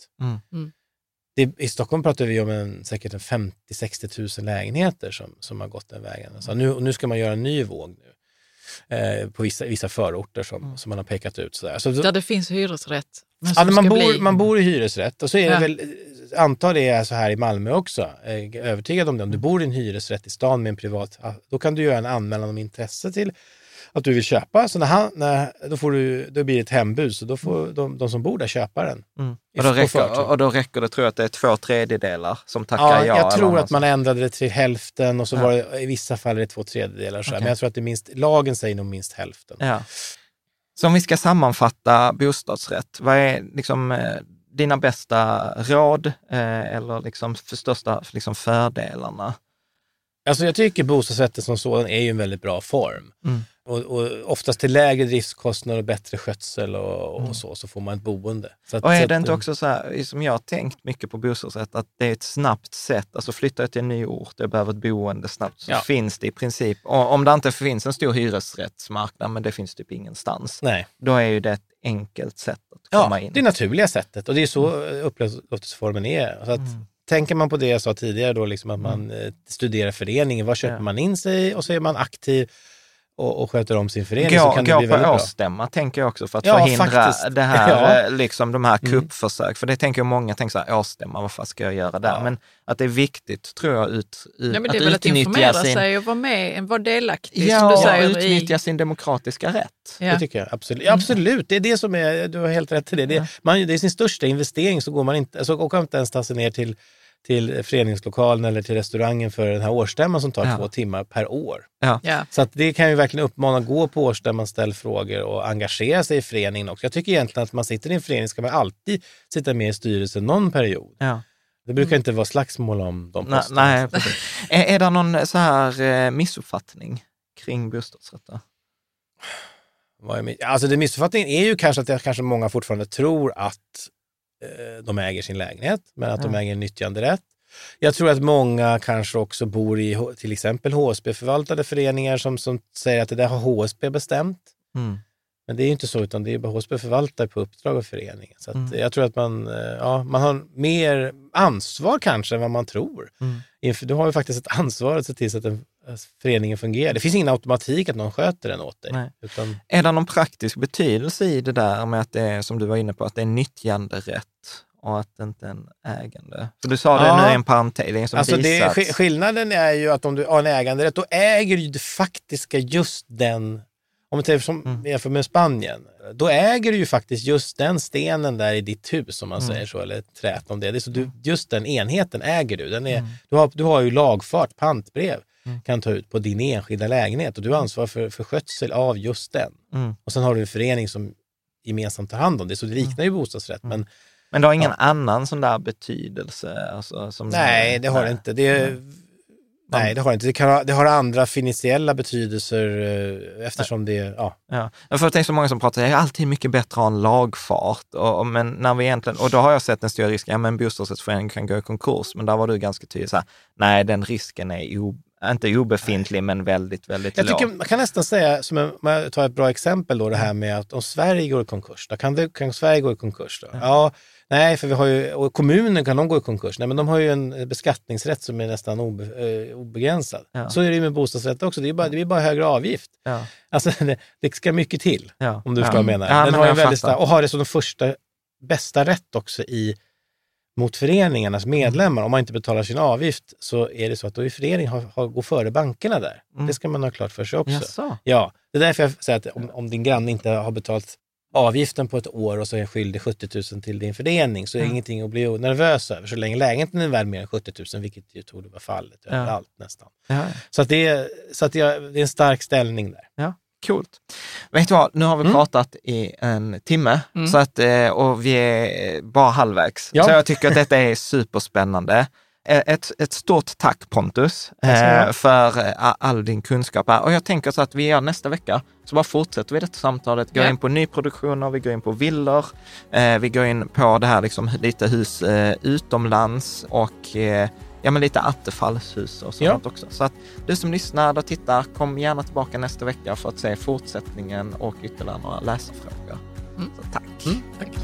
Speaker 6: I Stockholm pratar vi om säkert 50-60 000 lägenheter som har gått den vägen. Så nu ska man göra en ny våg nu. På vissa förorter som man har pekat ut. Sådär. Där
Speaker 7: det finns hyresrätt.
Speaker 6: Man bor i hyresrätt, och så är det väl, antar det är så här i Malmö också. Jag är övertygad om det. Om du bor i en hyresrätt i stan med en privat, då kan du göra en anmälan om intresse till att du vill köpa. Så då blir det ett hembud, så då får de som bor där köpa den.
Speaker 5: Och då räcker det, tror jag, att det är 2/3 som tackar ja.
Speaker 6: Jag tror att man ändrade det till hälften, och så var det, i vissa fall är det 2/3. Okay. Men jag tror att lagen säger nog minst hälften.
Speaker 5: Ja. Så om vi ska sammanfatta bostadsrätt, vad är liksom dina bästa råd eller liksom största liksom fördelarna?
Speaker 6: Alltså jag tycker bostadsrätten som sådan är ju en väldigt bra form. Och oftast till lägre driftskostnader och bättre skötsel och så får man ett boende.
Speaker 5: Och är det inte också så här, som jag har tänkt mycket på bostadsrätt, att det är ett snabbt sätt, alltså flyttar jag till en ny ort, jag behöver ett boende snabbt, så finns det i princip, om det inte finns en stor hyresrättsmarknad, men det finns typ ingenstans.
Speaker 6: Nej.
Speaker 5: Då är ju det ett enkelt sätt att komma in.
Speaker 6: Det är naturliga sättet, och det är så upplåtelseformen är. Så att tänker man på det jag sa tidigare då, liksom att man studerar föreningen, vad köper man in sig, och så är man aktiv och sköter om sin förening, så kan det bli väldigt bra. Årsstämma tänker jag också, för att förhindra det här, liksom de här kuppförsök. För det tänker jag många tänker så här, årsstämma, vad fan ska jag göra där? Men att det är viktigt, tror jag,
Speaker 7: men det är väl att informera sig och vara delaktig, som du säger.
Speaker 5: Utnyttja sin demokratiska rätt.
Speaker 6: Ja. Det tycker jag, absolut. Absolut, det är det som är, du har helt rätt till det. Det är sin största investering, så går man inte, så åker man inte ens ta sig ner till föreningslokalen eller till restaurangen för den här årsstämman som tar 2 timmar per år. Så att det kan ju verkligen uppmana att gå på årsstämman, ställa frågor och engagera sig i föreningen också. Jag tycker egentligen att man sitter i en förening ska man alltid sitta med i styrelsen någon period. Det brukar inte vara slagsmål om de posterna.
Speaker 5: Nej. Är det någon så här missuppfattning kring bostadsrätter?
Speaker 6: Alltså det missuppfattningen är ju kanske att kanske många fortfarande tror att de äger sin lägenhet, men att de äger en nyttjanderätt. Jag tror att många kanske också bor i till exempel HSB-förvaltade föreningar som säger att det där har HSB bestämt. Men det är ju inte så, utan det är bara HSB-förvaltare på uppdrag av föreningen. Så att jag tror att man har mer ansvar kanske än vad man tror. Du har ju faktiskt ett ansvar att se till så att föreningen fungerar. Det finns ingen automatik att någon sköter den åt dig. Utan...
Speaker 5: Är det någon praktisk betydelse i det där med att det är, som du var inne på, att det är nyttjanderätt och att det inte är en ägande? För du sa det nu i en parentes som
Speaker 6: alltså
Speaker 5: bisats.
Speaker 6: Skillnaden är ju att om du har en äganderätt, då äger du det faktiska just den. Om vi jämför med Spanien, då äger du ju faktiskt just den stenen där i ditt hus, om man säger så, eller trät om det. Det är så just den enheten äger du. Den är, du har ju lagfart, pantbrev kan ta ut på din enskilda lägenhet, och du har ansvar för skötsel av just den. Och sen har du en förening som gemensamt tar hand om det, så det liknar ju bostadsrätt. Men
Speaker 5: det har ingen annan sån där betydelse? Alltså, som
Speaker 6: nej, det har det inte. Nej, det har det inte. Det har andra finansiella betydelser eftersom det...
Speaker 5: Ja. För jag tänker så många som pratar, det är alltid mycket bättre att ha en lagfart. Men när vi egentligen... Och då har jag sett en stor risk, men bostadsrättsföreningen kan gå i konkurs. Men där var du ganska tydlig så här, nej, den risken är inte obefintlig, men väldigt, väldigt låg.
Speaker 6: Jag tycker man kan nästan säga, om jag tar ett bra exempel då, det här med att om Sverige går i konkurs, då kan Sverige gå i konkurs då? Ja, nej, för vi har ju, och kommunen kan de gå i konkurs. Nej, men de har ju en beskattningsrätt som är nästan obegränsad. Så är det ju med bostadsrätt också. Det blir bara högre avgift. Alltså det ska mycket till, om du förstår vad jag menar. Den har ju väldigt och har det som den första bästa rätt också i mot föreningarnas medlemmar. Om man inte betalar sin avgift så är det så att då är föreningen går före bankerna där. Det ska man ha klart för sig också.
Speaker 5: Jaså.
Speaker 6: Ja, det är därför jag säger att om din granne inte har betalt avgiften på ett år och så är skyldig 70 000 till din förening så är ingenting att bli nervös över så länge lägenheten är värd mer än 70 000, vilket ju tog det var fallet överallt nästan. Ja. Så att det är en stark ställning där.
Speaker 5: Ja. Coolt. Vet du vad, nu har vi pratat i en timme så att, och vi är bara halvvägs. Så jag tycker att detta är superspännande. Ett stort tack Pontus för all din kunskap här. Och jag tänker så att vi gör nästa vecka så bara fortsätter vi detta samtalet. Går in på nyproduktioner, vi går in på villor, vi går in på det här liksom lite hus utomlands och lite attefallshus och sånt också. Så att du som lyssnar och tittar, kom gärna tillbaka nästa vecka för att se fortsättningen och ytterligare några läsarfrågor. Så tack.
Speaker 6: Tack.